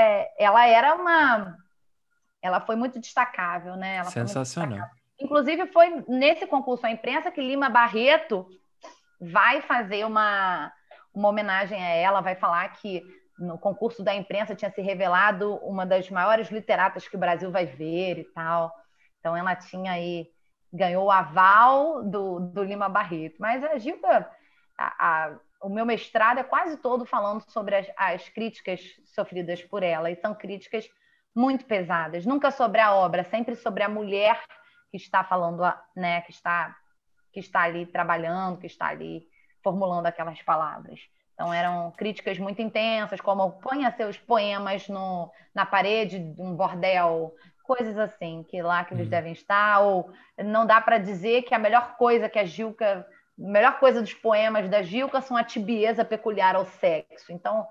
ela foi muito destacável, né? Ela foi muito sensacional. destacável. Inclusive, foi nesse concurso à imprensa que Lima Barreto vai fazer uma homenagem a ela, vai falar que no concurso da imprensa tinha se revelado uma das maiores literatas que o Brasil vai ver e tal. Então, ela tinha aí, ganhou o aval do Lima Barreto. Mas a Gilda, o meu mestrado é quase todo falando sobre as críticas sofridas por ela, e são críticas muito pesadas, nunca sobre a obra, sempre sobre a mulher que está falando, né, que está ali trabalhando, que está ali formulando aquelas palavras. Então, eram críticas muito intensas, como ponha seus poemas na parede de um bordel, coisas assim, que lá que eles devem estar, ou não dá para dizer que a melhor coisa que a melhor coisa dos poemas da Gilca são a tibieza peculiar ao sexo. Então,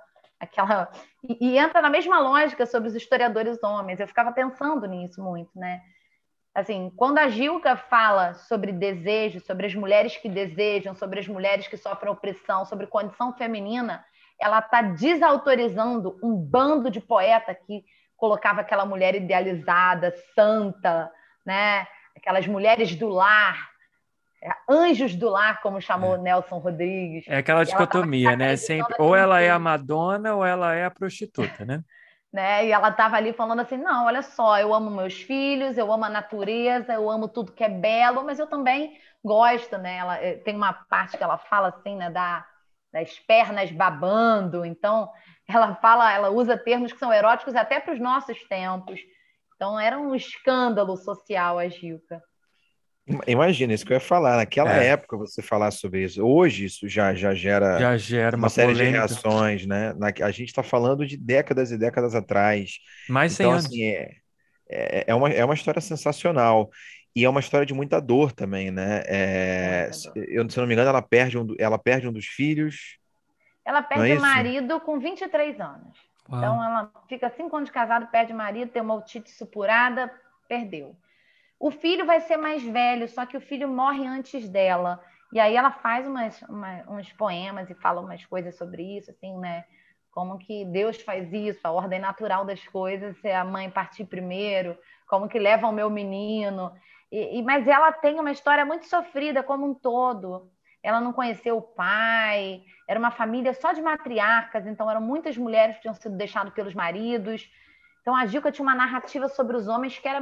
e entra na mesma lógica sobre os historiadores homens. Eu ficava pensando nisso muito, né? Assim, quando a Gilca fala sobre desejo, sobre as mulheres que desejam, sobre as mulheres que sofrem opressão, sobre condição feminina, ela está desautorizando um bando de poeta que colocava aquela mulher idealizada, santa, né? Aquelas mulheres do lar, anjos do lar, como chamou Nelson Rodrigues. É aquela E ela estava dicotomia, né? desacreditando Sempre, ou aquilo ela é a tudo. Madonna ou ela é a prostituta, né? Né? E ela estava ali falando assim: não, olha só, eu amo meus filhos, eu amo a natureza, eu amo tudo que é belo, mas eu também gosto, né? Tem uma parte que ela fala assim, né, das pernas babando, então ela usa termos que são eróticos até para os nossos tempos. Então era um escândalo social a Gilca. Imagina, isso que eu ia falar. Naquela É, época, você falar sobre isso. Hoje, isso já gera já gera uma uma série de polêmica. reações, né? A gente está falando de décadas e décadas atrás. Mais 100 Então, assim, anos. é uma história sensacional. E é uma história de muita dor também, né? Muita dor. Se eu não me engano, ela perde um dos filhos, Ela não perde é o isso? marido com 23 anos. Uau. Então ela fica 5 anos de casado, perde o marido, tem uma otite supurada, perdeu. O filho vai ser mais velho, só que o filho morre antes dela. E aí ela faz uns poemas e fala umas coisas sobre isso, assim, né? Como que Deus faz isso, a ordem natural das coisas é a mãe partir primeiro, como que leva o meu menino. Mas ela tem uma história muito sofrida como um todo. Ela não conheceu o pai, era uma família só de matriarcas, então eram muitas mulheres que tinham sido deixadas pelos maridos. Então a Gilca tinha uma narrativa sobre os homens que era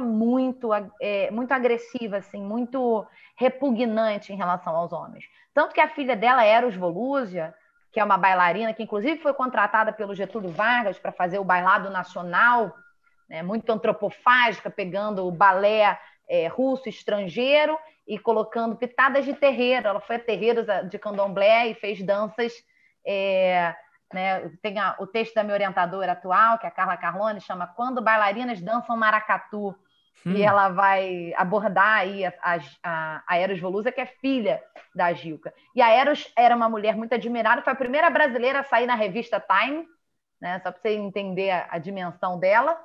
muito agressiva, assim, muito repugnante em relação aos homens. Tanto que a filha dela, Eros Volúzia, que é uma bailarina, que inclusive foi contratada pelo Getúlio Vargas para fazer o bailado nacional, né, muito antropofágica, pegando o balé russo estrangeiro e colocando pitadas de terreiro. Ela foi a terreiros de candomblé e fez danças né? Tem o texto da minha orientadora atual, que é a Carla Carlone, chama Quando Bailarinas Dançam Maracatu. E ela vai abordar aí a Eros Volusa, que é filha da Gilca. E a Eros era uma mulher muito admirada, foi a primeira brasileira a sair na revista Time, né? Só para você entender a dimensão dela.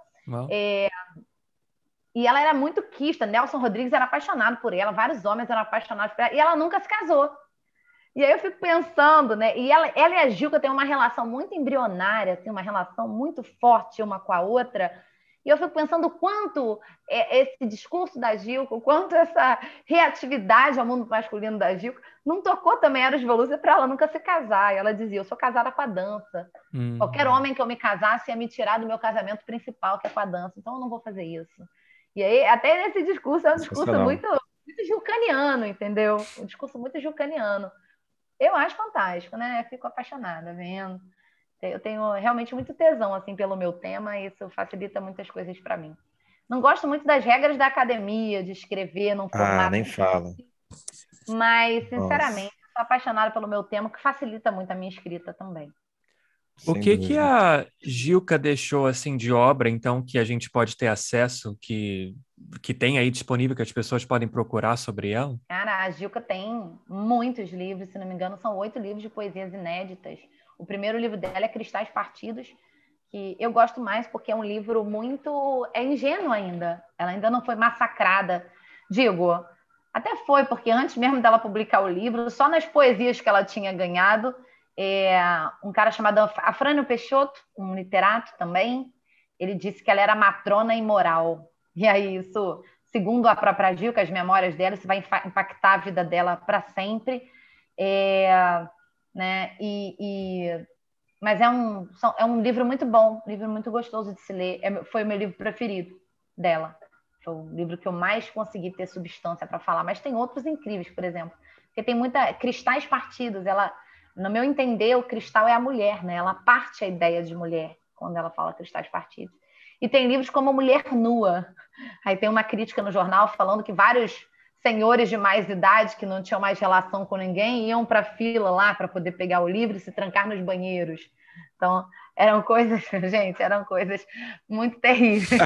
E ela era muito quista. Nelson Rodrigues era apaixonado por ela, vários homens eram apaixonados por ela, e ela nunca se casou. E aí eu fico pensando, né? E ela e a Gilca têm uma relação muito embrionária, assim, uma relação muito forte uma com a outra. E eu fico pensando o quanto esse discurso da Gilca, o quanto essa reatividade ao mundo masculino da Gilca não tocou também Eros Veloso para ela nunca se casar. E ela dizia: eu sou casada com a dança. Qualquer homem que eu me casasse ia me tirar do meu casamento principal, que é com a dança. Então eu não vou fazer isso. E aí, até nesse discurso, é um discurso Sensacional. muito gilcaniano, entendeu? Um discurso muito gilcaniano. Eu acho fantástico, né? Eu fico apaixonada vendo. Eu tenho realmente muito tesão assim pelo meu tema e isso facilita muitas coisas para mim. Não gosto muito das regras da academia, de escrever num Ah, formato, nem fala. mas, Nossa, sinceramente, sou apaixonada pelo meu tema, que facilita muito a minha escrita também. O sem que dúvida. a Gilca deixou assim de obra, então, que a gente pode ter acesso, que tem aí disponível, que as pessoas podem procurar sobre ela? Cara, a Gilca tem muitos livros, se não me engano, são 8 livros de poesias inéditas. O primeiro livro dela é Cristais Partidos, que eu gosto mais porque é um livro muito... é ingênuo ainda. Ela ainda não foi massacrada. Digo, até foi, porque antes mesmo dela publicar o livro, só nas poesias que ela tinha ganhado, um cara chamado Afrânio Peixoto, um literato também, ele disse que ela era matrona imoral. E aí isso, segundo a própria Gilca, as memórias dela, isso vai impactar a vida dela para sempre. Né? Mas é um livro muito bom, um livro muito gostoso de se ler. Foi o meu livro preferido dela. Foi o livro que eu mais consegui ter substância para falar. Mas tem outros incríveis, por exemplo. Porque tem muita... Cristais partidos. Ela, no meu entender, o cristal é a mulher, né? Ela parte a ideia de mulher quando ela fala cristais partidos. E tem livros como Mulher Nua. Aí tem uma crítica no jornal falando que vários senhores de mais idade que não tinham mais relação com ninguém iam para a fila lá para poder pegar o livro e se trancar nos banheiros. Então, eram coisas, gente, eram coisas muito terríveis.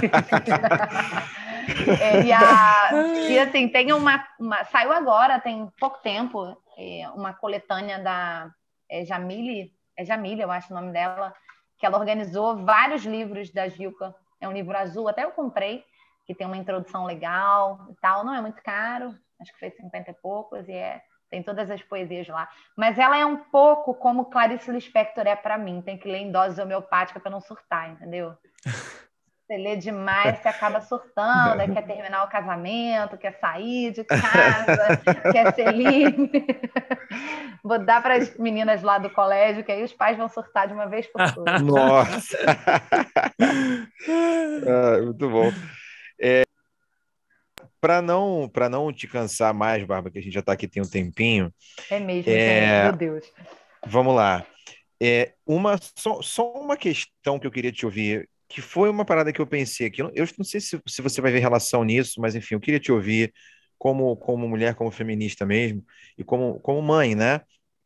E assim, tem saiu agora, tem pouco tempo, uma coletânea da Jamile, eu acho o nome dela, que ela organizou vários livros da Gilca. É um livro azul, até eu comprei, que tem uma introdução legal e tal. Não é muito caro, acho que foi 50 e poucos, tem todas as poesias lá. Mas ela é um pouco como Clarice Lispector é para mim. Tem que ler em dose homeopática para não surtar, entendeu? Você lê demais, você acaba surtando, aí quer terminar o casamento, quer sair de casa, quer ser livre. Vou dar para as meninas lá do colégio, que aí os pais vão surtar de uma vez por todas. Nossa! Muito bom. Para não te cansar mais, Bárbara, que a gente já está aqui tem um tempinho, É mesmo, gente, meu Deus. vamos lá. Só uma questão que eu queria te ouvir, que foi uma parada que eu pensei aqui. Eu não sei se você vai ver relação nisso, mas enfim, eu queria te ouvir como mulher, como feminista mesmo, e como mãe, né?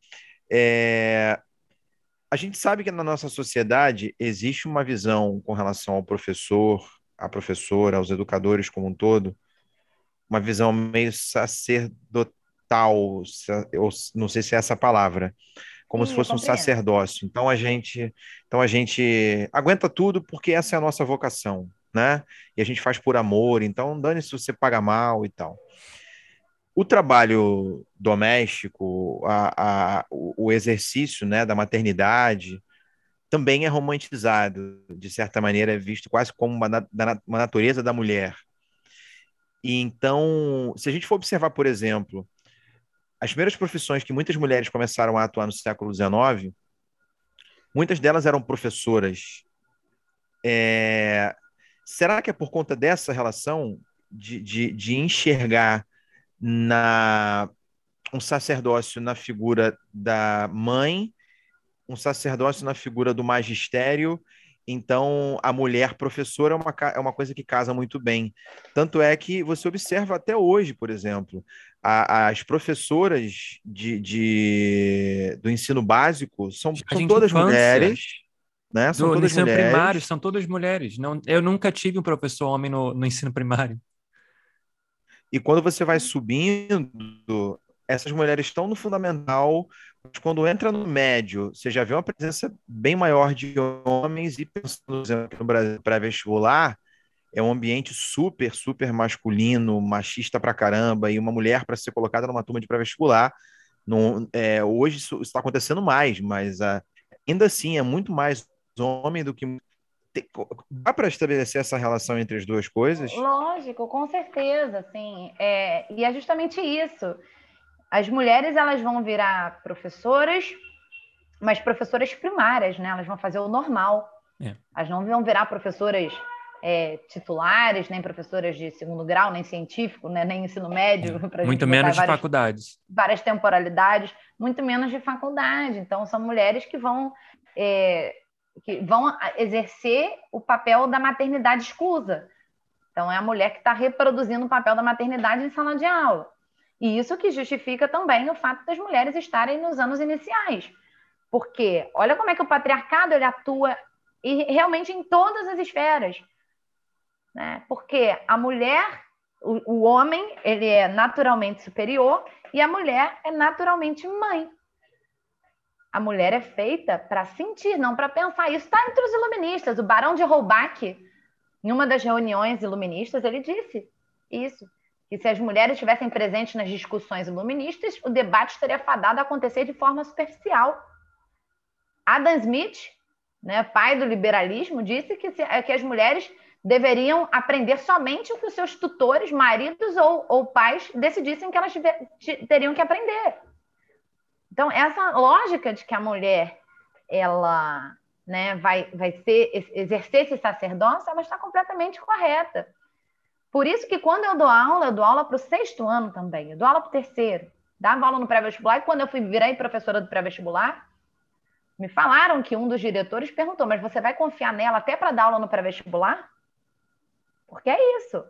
É, a gente sabe que na nossa sociedade existe uma visão com relação ao professor, à professora, aos educadores como um todo, uma visão meio sacerdotal, eu não sei se é essa a palavra, como se Sim, eu fosse um compreendo. sacerdócio. Então a gente aguenta tudo porque essa é a nossa vocação, né? E a gente faz por amor, então dane se você paga mal e tal. O trabalho doméstico, o exercício, né, da maternidade, também é romantizado, de certa maneira, é visto quase como uma natureza da mulher. E então, se a gente for observar, por exemplo, as primeiras profissões que muitas mulheres começaram a atuar no século XIX, muitas delas eram professoras. É, Será que é por conta dessa relação de enxergar na, um sacerdócio na figura da mãe, um sacerdócio na figura do magistério? Então, a mulher professora é uma coisa que casa muito bem. Tanto é que você observa até hoje, por exemplo, as professoras do ensino básico são Jardim de todas infância, mulheres, né? São no todas ensino primário, mulheres. são todas mulheres. Não, eu nunca tive um professor homem no ensino primário. E quando você vai subindo, essas mulheres estão no fundamental, mas quando entra no médio, você já vê uma presença bem maior de homens, e pensando, por exemplo, aqui no Brasil, pré-vestibular, é um ambiente super, super masculino, machista pra caramba, e uma mulher para ser colocada numa turma de pré-vestibular. Hoje isso está acontecendo mais, mas ainda assim é muito mais homem do que. Dá para estabelecer essa relação entre as duas coisas? Lógico, com certeza, assim, e é justamente isso. As mulheres elas vão virar professoras, mas professoras primárias, né? Elas vão fazer o normal. É. Elas não vão virar professoras titulares, nem professoras de segundo grau, nem científico, né, nem ensino médio, para a gente Muito botar menos de faculdades. várias temporalidades, muito menos de faculdade. Então, são mulheres que vão exercer o papel da maternidade exclusa. Então, é a mulher que está reproduzindo o papel da maternidade em sala de aula. E isso que justifica também o fato das mulheres estarem nos anos iniciais. Porque olha como é que o patriarcado ele atua realmente em todas as esferas. Né? Porque a mulher, o homem, ele é naturalmente superior e a mulher é naturalmente mãe. A mulher é feita para sentir, não para pensar. Isso está entre os iluministas. O Barão de Holbach, em uma das reuniões iluministas, ele disse isso, que se as mulheres estivessem presentes nas discussões iluministas, o debate estaria fadado a acontecer de forma superficial. Adam Smith, né, pai do liberalismo, disse que as mulheres deveriam aprender somente o que os seus tutores, maridos ou pais decidissem que elas teriam que aprender. Então, essa lógica de que a mulher ela, né, vai exercer esse sacerdócio, ela está completamente correta. Por isso que quando eu dou aula para o 6º ano também, eu dou aula para o 3º, dava aula no pré-vestibular, e quando eu virei professora do pré-vestibular, me falaram que um dos diretores perguntou, mas você vai confiar nela até para dar aula no pré-vestibular? Porque é isso.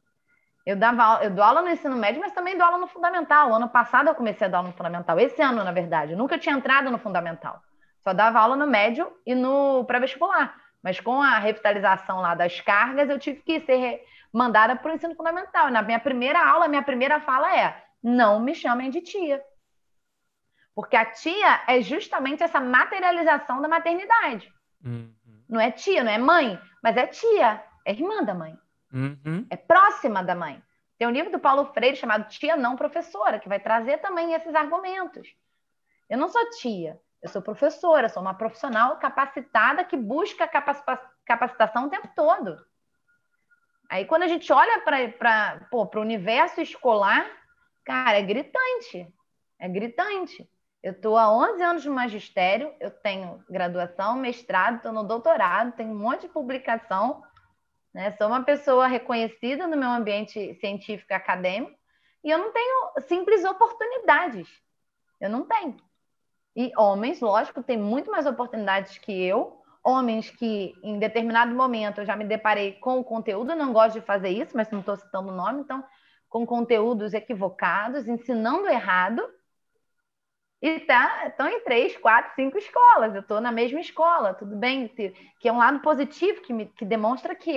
Eu dou aula no ensino médio, mas também dou aula no fundamental. O ano passado eu comecei a dar aula no fundamental. Esse ano, na verdade. Eu nunca tinha entrado no fundamental. Só dava aula no médio e no pré-vestibular. Mas com a revitalização lá das cargas, eu tive que ser mandada para o ensino fundamental. E na minha primeira aula, minha primeira fala é: não me chamem de tia. Porque a tia é justamente essa materialização da maternidade. Uhum. Não é tia, não é mãe, mas é tia, é irmã da mãe. Uhum. É próxima da mãe. Tem um livro do Paulo Freire chamado Tia Não Professora, que vai trazer também esses argumentos. Eu não sou tia, eu sou professora, sou uma profissional capacitada que busca capacitação o tempo todo. Aí quando a gente olha para o universo escolar, cara, é gritante. É gritante. Eu estou há 11 anos no magistério, eu tenho graduação, mestrado, estou no doutorado, tenho um monte de publicação, né? Sou uma pessoa reconhecida no meu ambiente científico e acadêmico e eu não tenho simples oportunidades. Eu não tenho. E homens, lógico, têm muito mais oportunidades que eu. Homens que, em determinado momento, eu já me deparei com o conteúdo, eu não gosto de fazer isso, mas não estou citando o nome, então, com conteúdos equivocados, ensinando errado, e estão em 3, 4, 5 escolas. Eu estou na mesma escola, tudo bem, que é um lado positivo, que demonstra que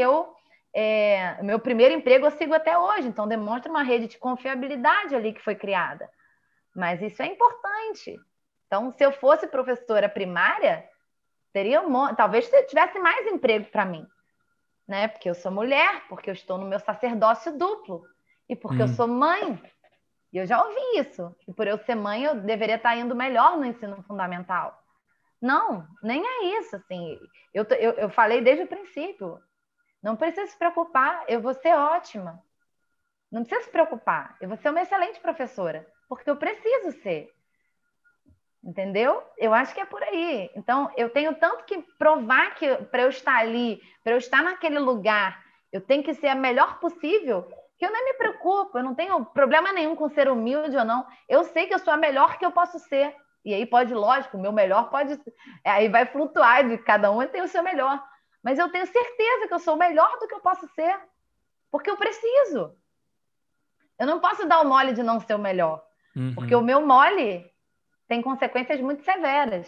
o meu primeiro emprego eu sigo até hoje, então demonstra uma rede de confiabilidade ali que foi criada. Mas isso é importante. Então, se eu fosse professora primária, talvez tivesse mais emprego para mim, né? Porque eu sou mulher, porque eu estou no meu sacerdócio duplo e porque eu sou mãe. E eu já ouvi isso. E por eu ser mãe, eu deveria estar indo melhor no ensino fundamental. Não, nem é isso. Assim. Eu falei desde o princípio. Não precisa se preocupar, eu vou ser ótima. Não precisa se preocupar, eu vou ser uma excelente professora, porque eu preciso ser. Entendeu? Eu acho que é por aí. Então, eu tenho tanto que provar que para eu estar ali, para eu estar naquele lugar, eu tenho que ser a melhor possível, que eu nem me preocupo, eu não tenho problema nenhum com ser humilde ou não. Eu sei que eu sou a melhor que eu posso ser. E aí pode, lógico, o meu melhor pode... Aí vai flutuar, de cada um tem o seu melhor. Mas eu tenho certeza que eu sou o melhor do que eu posso ser. Porque eu preciso. Eu não posso dar o mole de não ser o melhor. Uhum. Porque o meu mole tem consequências muito severas.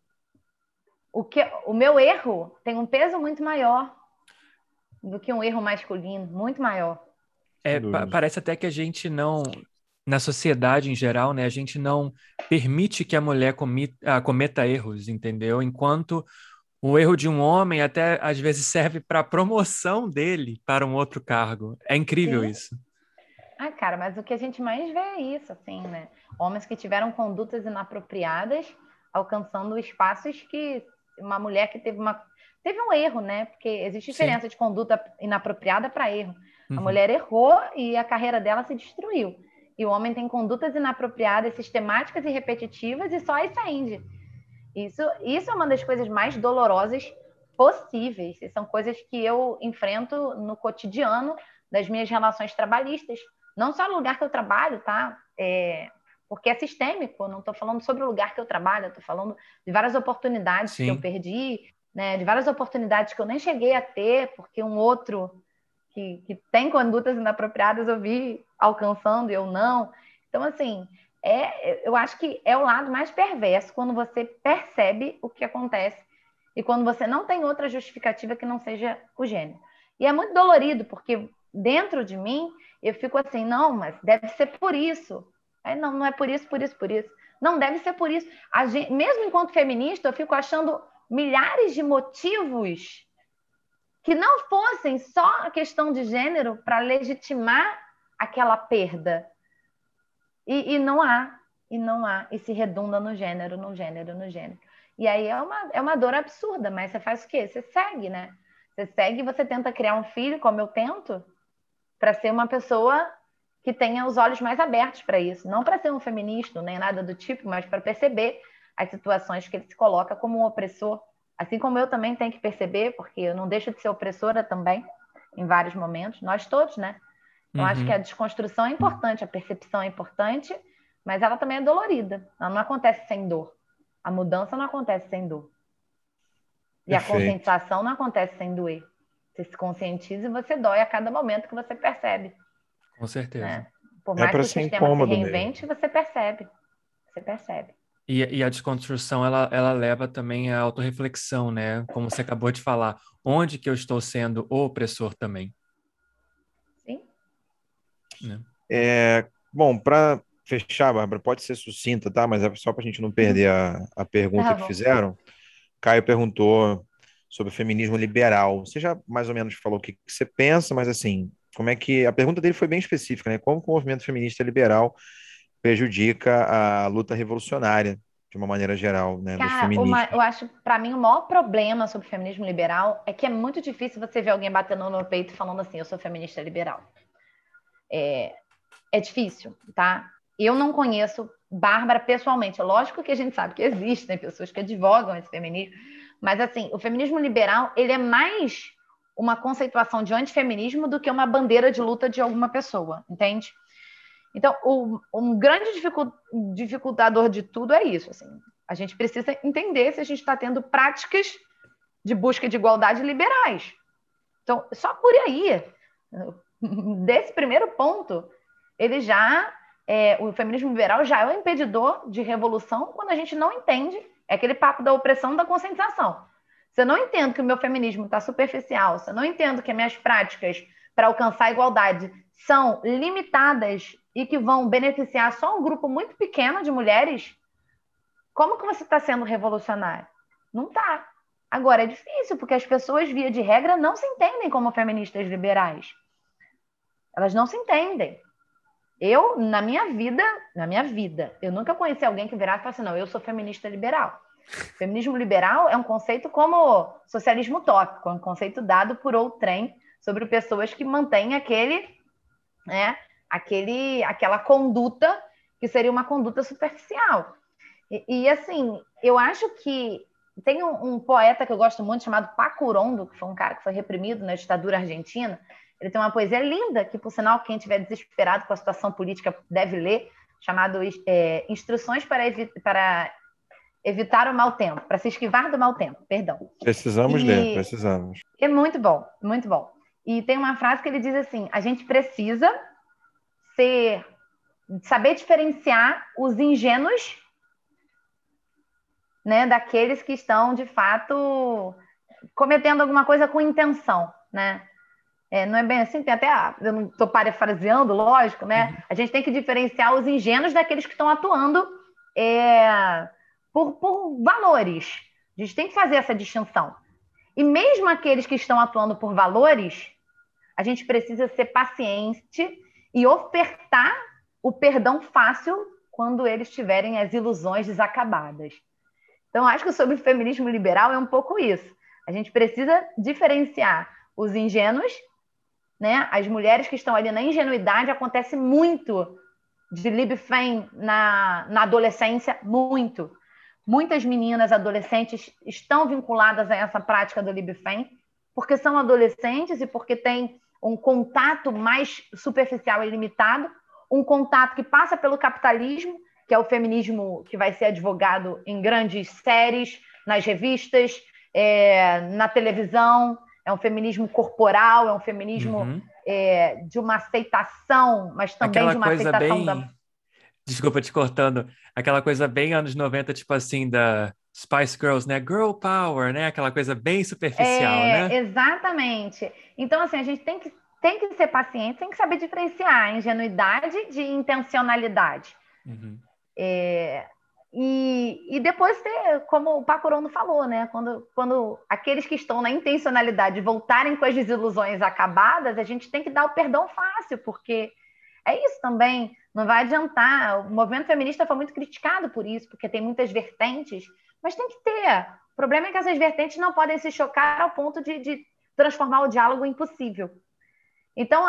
O meu erro tem um peso muito maior do que um erro masculino, muito maior. Parece até que a gente não, na sociedade em geral, né, a gente não permite que a mulher cometa erros, entendeu? Enquanto o erro de um homem até às vezes serve para a promoção dele para um outro cargo. É incrível. Sim. Isso. Ah, cara, mas o que a gente mais vê é isso, assim, né? Homens que tiveram condutas inapropriadas, alcançando espaços que uma mulher que teve um erro, né? Porque existe diferença de conduta inapropriada para erro. Uhum. A mulher errou e a carreira dela se destruiu. E o homem tem condutas inapropriadas, sistemáticas e repetitivas e só ascende. Isso é uma das coisas mais dolorosas, possíveis. E são coisas que eu enfrento no cotidiano das minhas relações trabalhistas. Não só no lugar que eu trabalho, tá? Porque é sistêmico, eu não estou falando sobre o lugar que eu trabalho, eu estou falando de várias oportunidades que eu perdi, né? De várias oportunidades que eu nem cheguei a ter, porque um outro que tem condutas inapropriadas eu vi alcançando e eu não. Então, assim, eu acho que é o lado mais perverso quando você percebe o que acontece e quando você não tem outra justificativa que não seja o gênero. E é muito dolorido, porque dentro de mim eu fico assim, não, mas deve ser por isso. Aí, não é por isso, por isso, por isso. Não, deve ser por isso. Mesmo enquanto feminista, eu fico achando milhares de motivos que não fossem só a questão de gênero para legitimar aquela perda. E não há. E se redunda no gênero, no gênero, no gênero. E aí é uma dor absurda, mas você faz o quê? Você segue, né? Você segue e você tenta criar um filho, como eu tento, para ser uma pessoa que tenha os olhos mais abertos para isso. Não para ser um feminista, nem nada do tipo, mas para perceber as situações que ele se coloca como um opressor. Assim como eu também tenho que perceber, porque eu não deixo de ser opressora também, em vários momentos. Nós todos, né? Então, acho que a desconstrução é importante, a percepção é importante, mas ela também é dolorida. Ela não acontece sem dor. A mudança não acontece sem dor. E a conscientização não acontece sem doer. Você se conscientiza e você dói a cada momento que você percebe. Com certeza. Né? Por mais que o sistema se reinvente, você percebe. Você percebe. E a desconstrução, ela leva também à autorreflexão, né? Como você acabou de falar. Onde que eu estou sendo o opressor também? Sim. Né? Bom, para fechar, Bárbara, pode ser sucinta, tá? Mas é só para a gente não perder a pergunta que fizeram. Caio perguntou sobre o feminismo liberal. Você já mais ou menos falou o que você pensa, mas assim, como é que... A pergunta dele foi bem específica, né? Como que o movimento feminista liberal prejudica a luta revolucionária, de uma maneira geral, né, dos feministas? Eu acho, para mim, o maior problema sobre o feminismo liberal é que é muito difícil você ver alguém batendo no peito falando assim, eu sou feminista liberal. É difícil, tá? Eu não conheço Bárbara pessoalmente. Lógico que a gente sabe que existem pessoas que advogam esse feminismo, mas assim, o feminismo liberal, ele é mais uma conceituação de antifeminismo do que uma bandeira de luta de alguma pessoa, entende? Então, um grande dificultador de tudo é isso. Assim, a gente precisa entender se a gente está tendo práticas de busca de igualdade liberais. Então, só por aí, desse primeiro ponto, o feminismo liberal já é um impedidor de revolução quando a gente não entende, é aquele papo da opressão da conscientização. Se eu não entendo que o meu feminismo está superficial, se eu não entendo que as minhas práticas para alcançar a igualdade são limitadas e que vão beneficiar só um grupo muito pequeno de mulheres, como que você está sendo revolucionário? Não está. Agora, é difícil, porque as pessoas, via de regra, não se entendem como feministas liberais. Elas não se entendem. Eu, na minha vida, eu nunca conheci alguém que virasse e falasse, não, eu sou feminista liberal. Feminismo liberal é um conceito como socialismo utópico, é um conceito dado por outrem sobre pessoas que mantêm aquela conduta que seria uma conduta superficial. E assim, eu acho que tem um poeta que eu gosto muito chamado Paco Rondo, que foi um cara que foi reprimido na ditadura argentina. Ele tem uma poesia linda, que, por sinal, quem estiver desesperado com a situação política deve ler, chamado Instruções para evitar o mau tempo, para se esquivar do mau tempo, perdão. Precisamos ler, precisamos. É muito bom, muito bom. E tem uma frase que ele diz assim, a gente precisa saber diferenciar os ingênuos, né, daqueles que estão, de fato, cometendo alguma coisa com intenção, né? Não é bem assim, tem até, eu não estou parafraseando, lógico, né? A gente tem que diferenciar os ingênuos daqueles que estão atuando por valores. A gente tem que fazer essa distinção. E mesmo aqueles que estão atuando por valores, a gente precisa ser paciente e ofertar o perdão fácil quando eles tiverem as ilusões desacabadas. Então, acho que sobre o feminismo liberal é um pouco isso. A gente precisa diferenciar os ingênuos, né? As mulheres que estão ali na ingenuidade, acontece muito de Libfem na adolescência, muito. muitas meninas adolescentes estão vinculadas a essa prática do LibFem, porque são adolescentes e porque têm um contato mais superficial e limitado, um contato que passa pelo capitalismo, que é o feminismo que vai ser advogado em grandes séries, nas revistas, na televisão, é um feminismo corporal, é um feminismo de uma aceitação, mas também Aquela de uma coisa aceitação bem... Desculpa te cortando. Aquela coisa bem anos 90, tipo assim, da Spice Girls, né? Girl Power, né? Aquela coisa bem superficial, né? Exatamente. Então, assim, a gente tem que ser paciente, tem que saber diferenciar ingenuidade de intencionalidade. E depois ter, como o Pacurondo falou, né? Quando aqueles que estão na intencionalidade voltarem com as desilusões acabadas, a gente tem que dar o perdão fácil, porque é isso também, não vai adiantar. O movimento feminista foi muito criticado por isso, porque tem muitas vertentes, mas tem que ter. O problema é que essas vertentes não podem se chocar ao ponto de transformar o diálogo em impossível. Então,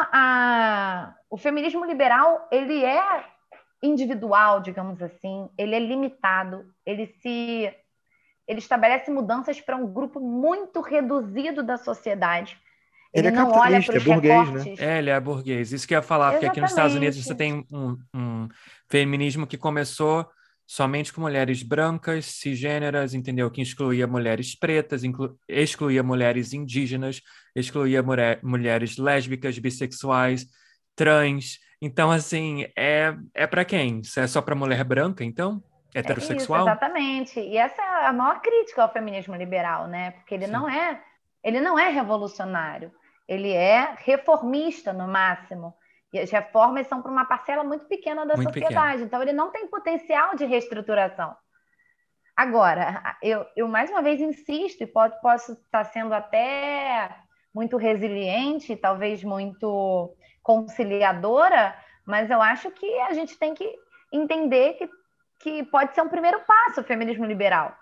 o feminismo liberal, ele é individual, digamos assim, ele é limitado, ele estabelece mudanças para um grupo muito reduzido da sociedade. Ele é não olha capitalista, para é os burguês, né? recortes. Ele é burguês. Isso que eu ia falar, porque aqui nos Estados Unidos você tem um feminismo que começou somente com mulheres brancas, cisgêneras, entendeu? Que excluía mulheres pretas, excluía mulheres indígenas, excluía mulheres lésbicas, bissexuais, trans. Então, assim, é para quem? Isso é só para mulher branca, então? É isso, Heterossexual? exatamente. E essa é a maior crítica ao feminismo liberal, né? Porque ele Sim. não é revolucionário, ele é reformista no máximo. E as reformas são para uma parcela muito pequena da Muito pequeno. sociedade, então ele não tem potencial de reestruturação. Agora, eu mais uma vez insisto, e posso estar sendo até muito resiliente, talvez muito conciliadora, mas eu acho que a gente tem que entender que pode ser um primeiro passo o feminismo liberal.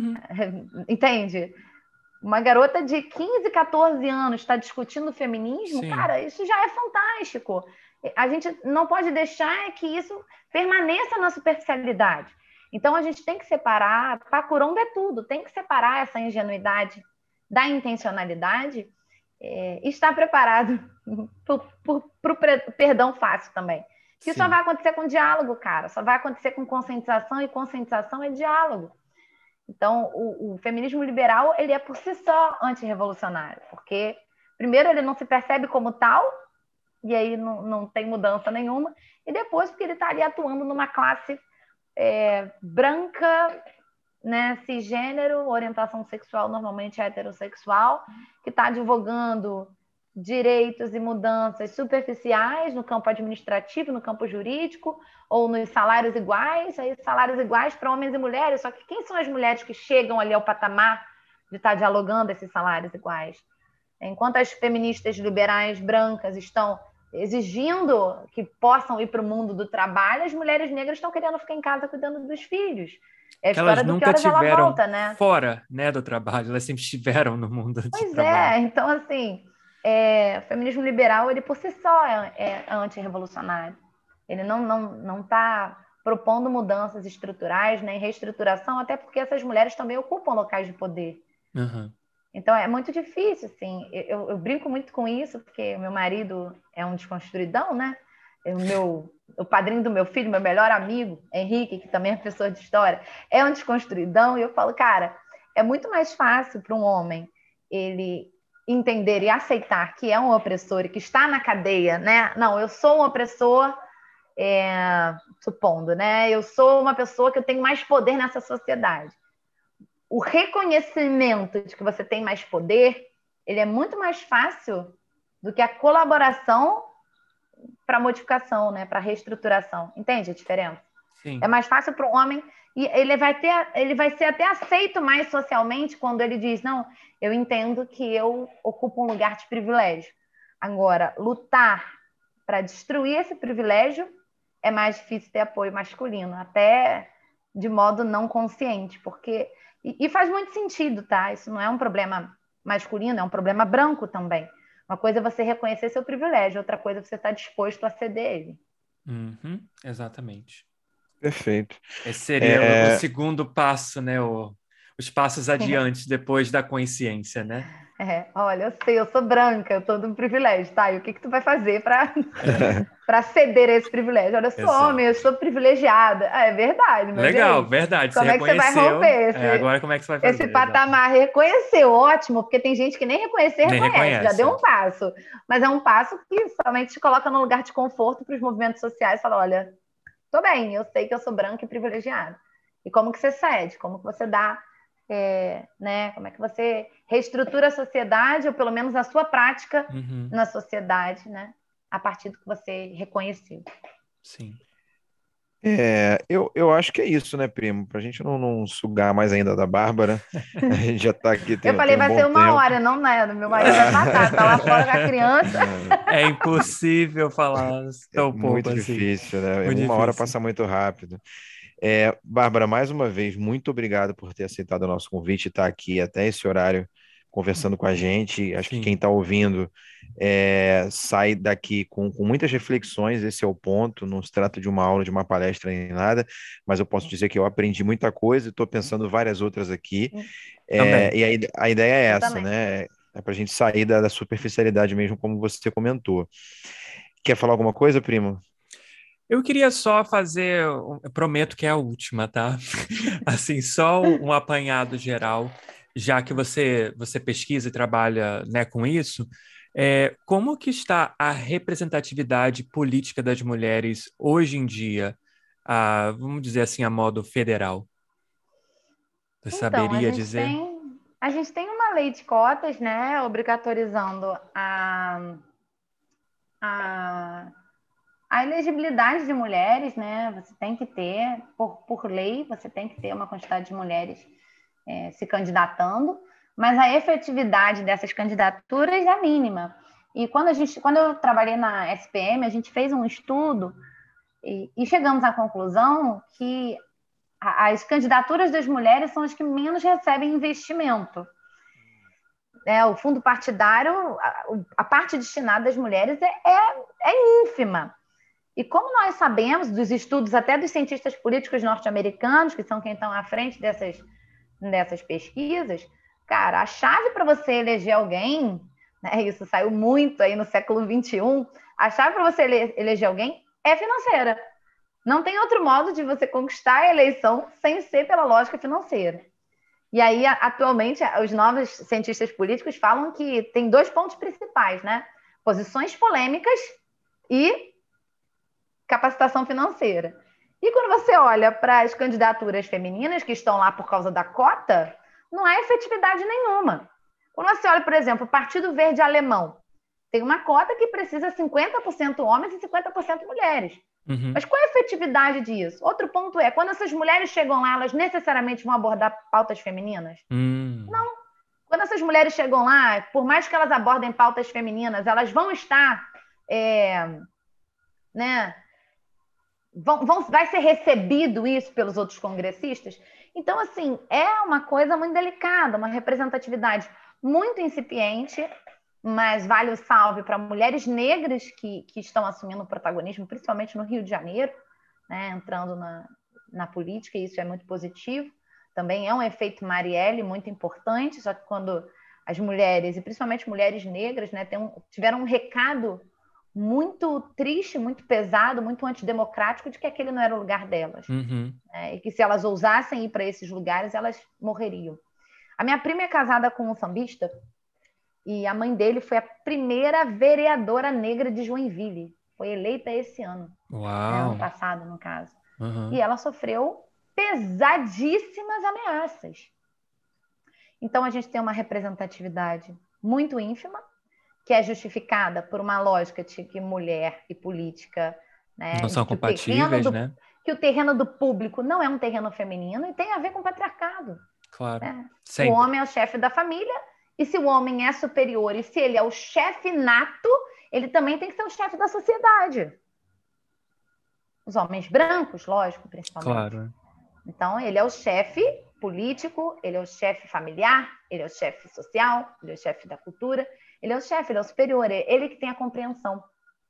Entende? Uma garota de 15, 14 anos está discutindo feminismo, Sim. cara, isso já é fantástico. A gente não pode deixar que isso permaneça na superficialidade. Então, a gente tem que separar, Pacurondo é tudo, tem que separar essa ingenuidade da intencionalidade e estar preparado para o perdão fácil também. Que só vai acontecer com diálogo, cara, só vai acontecer com conscientização, e conscientização é diálogo. Então, o feminismo liberal, ele é por si só antirrevolucionário, porque, primeiro, ele não se percebe como tal, e aí não tem mudança nenhuma, e depois, porque ele está ali atuando numa classe branca, né, cisgênero, orientação sexual normalmente heterossexual, que está advogando direitos e mudanças superficiais no campo administrativo, no campo jurídico, ou nos salários iguais, aí salários iguais para homens e mulheres, só que quem são as mulheres que chegam ali ao patamar de estar dialogando esses salários iguais? Enquanto as feministas liberais brancas estão exigindo que possam ir para o mundo do trabalho, as mulheres negras estão querendo ficar em casa cuidando dos filhos. É a história do que horas ela volta, né? Fora, né, do trabalho, elas sempre estiveram no mundo de trabalho. Pois é, então assim, o feminismo liberal, ele por si só é antirrevolucionário. Ele não está propondo mudanças estruturais, nem reestruturação, até porque essas mulheres também ocupam locais de poder. Então é muito difícil, assim. Eu brinco muito com isso, porque o meu marido é um desconstruidão, né? O padrinho do meu filho, meu melhor amigo, Henrique, que também é professor de história, é um desconstruidão, e eu falo, cara, é muito mais fácil para um homem ele entender e aceitar que é um opressor e que está na cadeia, né? Não, eu sou um opressor, supondo, né? Eu sou uma pessoa que eu tenho mais poder nessa sociedade. O reconhecimento de que você tem mais poder, ele é muito mais fácil do que a colaboração para modificação, né? Para reestruturação. Entende a diferença? Sim. É mais fácil para o homem, e ele vai ser até aceito mais socialmente quando ele diz, não, eu entendo que eu ocupo um lugar de privilégio. Agora, lutar para destruir esse privilégio é mais difícil ter apoio masculino, até de modo não consciente, porque... E faz muito sentido, tá? Isso não é um problema masculino, é um problema branco também. Uma coisa é você reconhecer seu privilégio, outra coisa é você estar disposto a ceder ele. Exatamente. Perfeito. Esse seria o segundo passo, né? Os passos adiante depois da consciência, né? Olha, eu sei, eu sou branca, eu tô do privilégio, tá? E o que tu vai fazer para ceder esse privilégio? Olha, eu sou homem, eu sou privilegiada. É verdade, mas legal, aí, verdade. como você é que você vai reconheceu. romper Agora como é que você vai fazer? esse patamar? Reconhecer, ótimo, porque tem gente que nem reconhecer, nem reconhece, já deu um passo. Mas é um passo que somente te coloca num lugar de conforto para os movimentos sociais. Fala, olha, tô bem, eu sei que eu sou branca e privilegiada. E como que você cede? Como que você dá... né? Como é que você reestrutura a sociedade, ou pelo menos a sua prática na sociedade, né? A partir do que você reconheceu. Sim. Eu acho que é isso, né, primo? Pra gente não sugar mais ainda da Bárbara. A gente já tá aqui Eu tem falei, um vai bom ser uma tempo. hora, não nada. Meu marido vai matar, tá lá fora com a criança. É impossível falar É tão pouco muito assim. difícil, né? Muito Uma hora difícil. passa muito rápido. Bárbara, mais uma vez, muito obrigado por ter aceitado o nosso convite e estar aqui até esse horário conversando com a gente. Acho que quem Sim. está ouvindo sai daqui com muitas reflexões, esse é o ponto. Não se trata de uma aula, de uma palestra nem nada, mas eu posso dizer que eu aprendi muita coisa e estou pensando várias outras aqui. Também. E a ideia é Eu essa, também. né? É para a gente sair da superficialidade mesmo, como você comentou. Quer falar alguma coisa, primo? Eu queria só fazer, eu prometo que é a última, tá? Assim, só um apanhado geral, já que você pesquisa e trabalha, né, com isso. Como que está a representatividade política das mulheres hoje em dia, vamos dizer assim, a modo federal? Você Então, saberia dizer? a gente tem uma lei de cotas, né, obrigatorizando a, a elegibilidade de mulheres, né? Você tem que ter, por lei, você tem que ter uma quantidade de mulheres se candidatando, mas a efetividade dessas candidaturas é mínima. E quando eu trabalhei na SPM, a gente fez um estudo e chegamos à conclusão que as candidaturas das mulheres são as que menos recebem investimento. O fundo partidário, a parte destinada às mulheres é ínfima. E como nós sabemos dos estudos até dos cientistas políticos norte-americanos, que são quem estão à frente dessas pesquisas, cara, a chave para você eleger alguém, né, isso saiu muito aí no século XXI, a chave para você eleger alguém é financeira. Não tem outro modo de você conquistar a eleição sem ser pela lógica financeira. E aí, atualmente, os novos cientistas políticos falam que tem 2 pontos principais, né? Posições polêmicas e capacitação financeira. E quando você olha para as candidaturas femininas que estão lá por causa da cota, não há efetividade nenhuma. Quando você olha, por exemplo, o Partido Verde Alemão, tem uma cota que precisa 50% homens e 50% mulheres. Uhum. Mas qual é a efetividade disso? Outro ponto é, quando essas mulheres chegam lá, elas necessariamente vão abordar pautas femininas? Não. Quando essas mulheres chegam lá, por mais que elas abordem pautas femininas, elas vão estar... né? Vai ser recebido isso pelos outros congressistas? Então, assim, é uma coisa muito delicada, uma representatividade muito incipiente, mas vale o salve para mulheres negras que estão assumindo o protagonismo, principalmente no Rio de Janeiro, né, entrando na política, e isso é muito positivo. Também é um efeito Marielle muito importante, só que quando as mulheres, e principalmente mulheres negras, né, tiveram um recado muito triste, muito pesado, muito antidemocrático de que aquele não era o lugar delas. Uhum. E que se elas ousassem ir para esses lugares, elas morreriam. A minha prima é casada com um sambista e a mãe dele foi a primeira vereadora negra de Joinville. Foi eleita esse ano. Uau. Ano passado, no caso. Uhum. E ela sofreu pesadíssimas ameaças. Então, a gente tem uma representatividade muito ínfima, que é justificada por uma lógica de que mulher e política, né, não são compatíveis, né? Que o terreno do público não é um terreno feminino e tem a ver com o patriarcado. Claro. Né? O Sempre. homem é o chefe da família, e se o homem é superior e se ele é o chefe nato, ele também tem que ser o chefe da sociedade. Os homens brancos, lógico, principalmente. Claro. Então, ele é o chefe político, ele é o chefe familiar, ele é o chefe social, ele é o chefe da cultura, ele é o chefe, ele é o superior, é ele que tem a compreensão.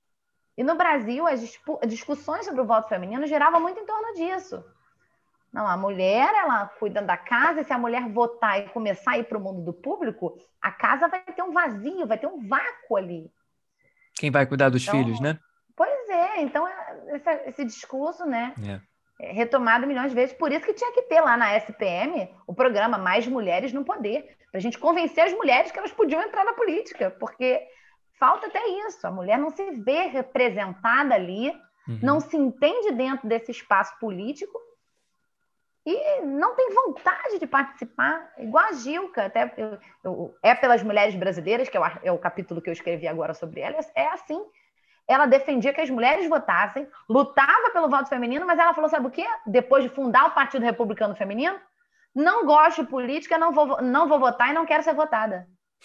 E no Brasil, as discussões sobre o voto feminino giravam muito em torno disso. Não, a mulher, ela cuida da casa, e se a mulher votar e começar a ir para o mundo do público, a casa vai ter um vazio, vai ter um vácuo ali. Quem vai cuidar dos Então, filhos, né? pois é, então esse discurso, né, É. retomado milhões de vezes, por isso que tinha que ter lá na SPM o programa Mais Mulheres no Poder, para a gente convencer as mulheres que elas podiam entrar na política, porque falta até isso, a mulher não se vê representada ali, não se entende dentro desse espaço político, e não tem vontade de participar, igual a Gilca, até é pelas mulheres brasileiras, que é o capítulo que eu escrevi agora sobre ela, é assim. Ela defendia que as mulheres votassem, lutava pelo voto feminino, mas ela falou, sabe o quê? Depois de fundar o Partido Republicano Feminino, não gosto de política, não vou votar e não quero ser votada.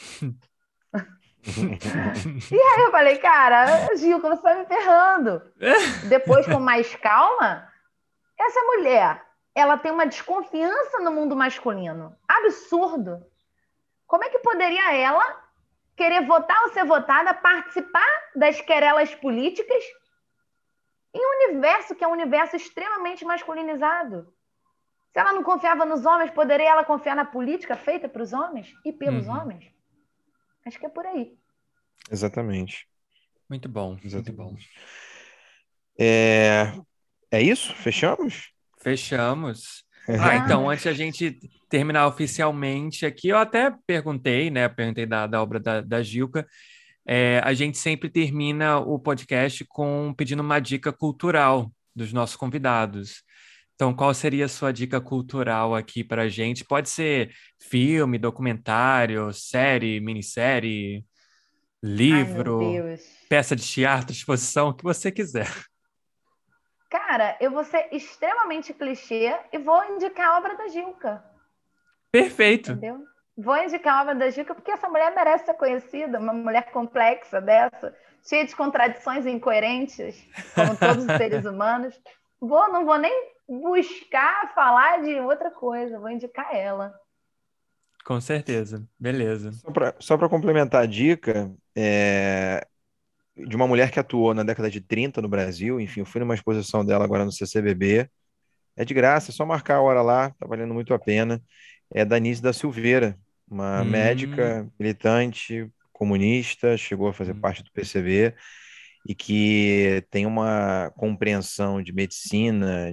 E aí eu falei, cara, Gilca, você está me ferrando. Depois, com mais calma, essa mulher, ela tem uma desconfiança no mundo masculino. Absurdo. Como é que poderia ela querer votar ou ser votada, participar das querelas políticas em um universo que é um universo extremamente masculinizado? Se ela não confiava nos homens, poderia ela confiar na política feita para os homens e pelos homens? Acho que é por aí. Exatamente. Muito bom, Exatamente. muito bom. É isso? Fechamos? Fechamos. Então, antes de a gente terminar oficialmente aqui, eu até perguntei, né? Perguntei da obra da Gilca. A gente sempre termina o podcast pedindo uma dica cultural dos nossos convidados. Então, qual seria a sua dica cultural aqui para a gente? Pode ser filme, documentário, série, minissérie, livro, Ai, meu Deus. peça de teatro, exposição, o que você quiser. Cara, eu vou ser extremamente clichê e vou indicar a obra da Gilca. Perfeito. Entendeu? Vou indicar a obra da Gilca porque essa mulher merece ser conhecida, uma mulher complexa dessa, cheia de contradições e incoerentes, como todos os seres humanos. Não vou nem buscar falar de outra coisa, vou indicar ela. Com certeza. Beleza. Só para complementar a dica, de uma mulher que atuou na década de 30 no Brasil, enfim, eu fui numa exposição dela agora no CCBB, é de graça, é só marcar a hora lá, tá valendo muito a pena. É Danise da Silveira, uma médica, militante, comunista, chegou a fazer parte do PCB e que tem uma compreensão de medicina,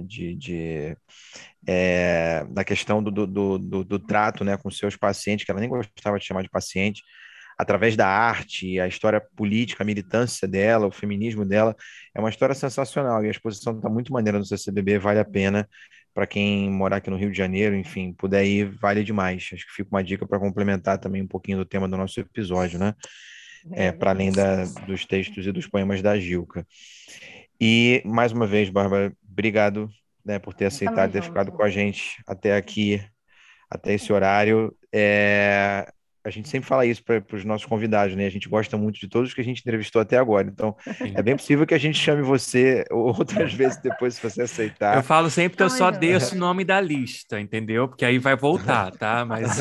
da questão do trato, né, com seus pacientes, que ela nem gostava de chamar de paciente, através da arte, a história política, a militância dela, o feminismo dela, é uma história sensacional e a exposição está muito maneira no CCBB, vale a pena para quem morar aqui no Rio de Janeiro, enfim, puder ir, vale demais. Acho que fica uma dica para complementar também um pouquinho do tema do nosso episódio, né? Para além dos textos e dos poemas da Gilca. E, mais uma vez, Bárbara, obrigado, né, por ter aceitado ter ficado com a gente até aqui, até esse horário. A gente sempre fala isso para os nossos convidados, né? A gente gosta muito de todos que a gente entrevistou até agora. Então, é bem possível que a gente chame você outras vezes depois, se você aceitar. Eu falo sempre que eu só desço o nome da lista, entendeu? Porque aí vai voltar, tá? Mas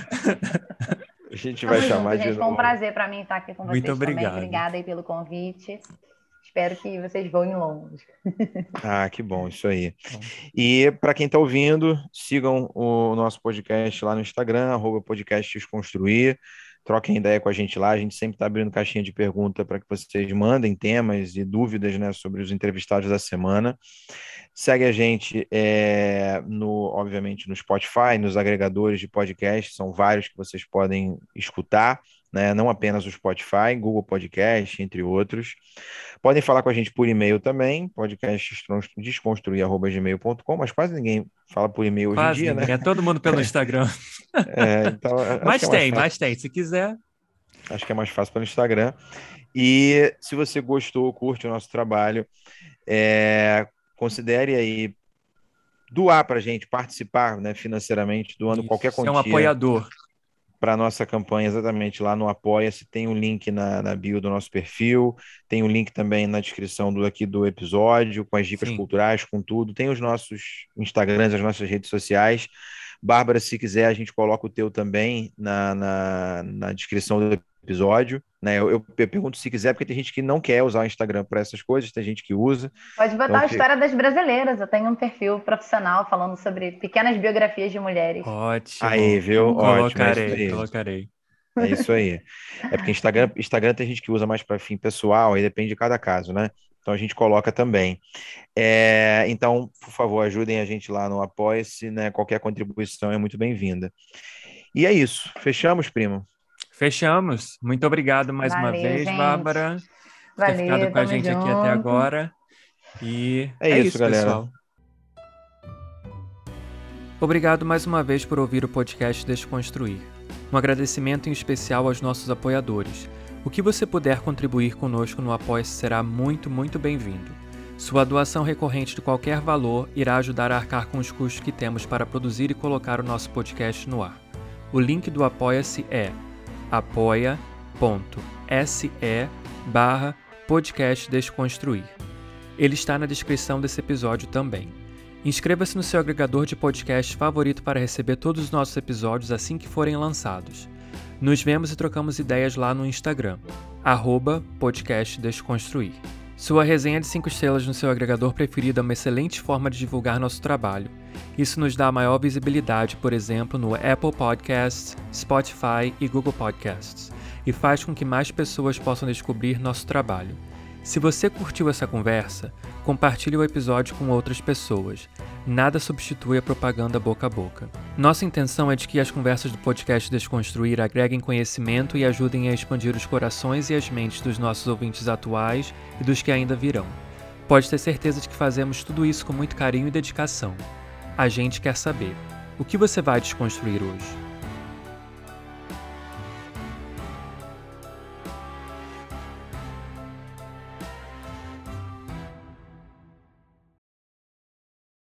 a gente vai chamar de novo. Foi um prazer para mim estar aqui com vocês. Muito obrigado. Também. Obrigada aí pelo convite. Espero que vocês voem longe. Que bom, isso aí. E para quem está ouvindo, sigam o nosso podcast lá no Instagram, @podcastdesconstruir. Troquem ideia com a gente lá, a gente sempre está abrindo caixinha de pergunta para que vocês mandem temas e dúvidas, né, sobre os entrevistados da semana. Segue a gente, obviamente, no Spotify, nos agregadores de podcast, são vários que vocês podem escutar, né? Não apenas o Spotify, Google Podcast, entre outros. Podem falar com a gente por e-mail também, podcastdesconstruir@gmail.com, mas quase ninguém fala por e-mail hoje em dia, ninguém, né? É todo mundo pelo Instagram. Então, mas tem, se quiser. Acho que é mais fácil pelo Instagram. E se você gostou, curte o nosso trabalho, considere aí doar para a gente, participar, né, financeiramente, doando qualquer quantia. É um apoiador. Para a nossa campanha, exatamente, lá no Apoia-se, tem um link na bio do nosso perfil, tem um link também na descrição aqui do episódio, com as dicas culturais, com tudo, tem os nossos Instagrams, as nossas redes sociais. Bárbara, se quiser, a gente coloca o teu também na descrição do episódio, né? Eu pergunto se quiser, porque tem gente que não quer usar o Instagram para essas coisas, tem gente que usa. Pode botar Então, a história das brasileiras. Eu tenho um perfil profissional falando sobre pequenas biografias de mulheres. Ótimo. Aí, viu? Ótimo, é isso aí. Colocarei. É isso aí. É porque Instagram tem gente que usa mais para fim pessoal, aí depende de cada caso, né? Então a gente coloca também. Então, por favor, ajudem a gente lá no Apoia-se, né? Qualquer contribuição é muito bem-vinda. E é isso. Fechamos, primo? Fechamos. Muito obrigado mais uma vez, gente. Bárbara, por ter ficado com a gente aqui até agora. E é isso, galera. Pessoal. Obrigado mais uma vez por ouvir o podcast Desconstruir. Um agradecimento em especial aos nossos apoiadores. O que você puder contribuir conosco no Apoia-se será muito, muito bem-vindo. Sua doação recorrente de qualquer valor irá ajudar a arcar com os custos que temos para produzir e colocar o nosso podcast no ar. O link do Apoia-se é apoia.se/podcast Desconstruir. Ele está na descrição desse episódio também. Inscreva-se no seu agregador de podcast favorito para receber todos os nossos episódios assim que forem lançados. Nos vemos e trocamos ideias lá no Instagram, @podcastdesconstruir. Sua resenha de 5 estrelas no seu agregador preferido é uma excelente forma de divulgar nosso trabalho. Isso nos dá maior visibilidade, por exemplo, no Apple Podcasts, Spotify e Google Podcasts, e faz com que mais pessoas possam descobrir nosso trabalho. Se você curtiu essa conversa, compartilhe o episódio com outras pessoas. Nada substitui a propaganda boca a boca. Nossa intenção é de que as conversas do podcast Desconstruir agreguem conhecimento e ajudem a expandir os corações e as mentes dos nossos ouvintes atuais e dos que ainda virão. Pode ter certeza de que fazemos tudo isso com muito carinho e dedicação. A gente quer saber: o que você vai desconstruir hoje?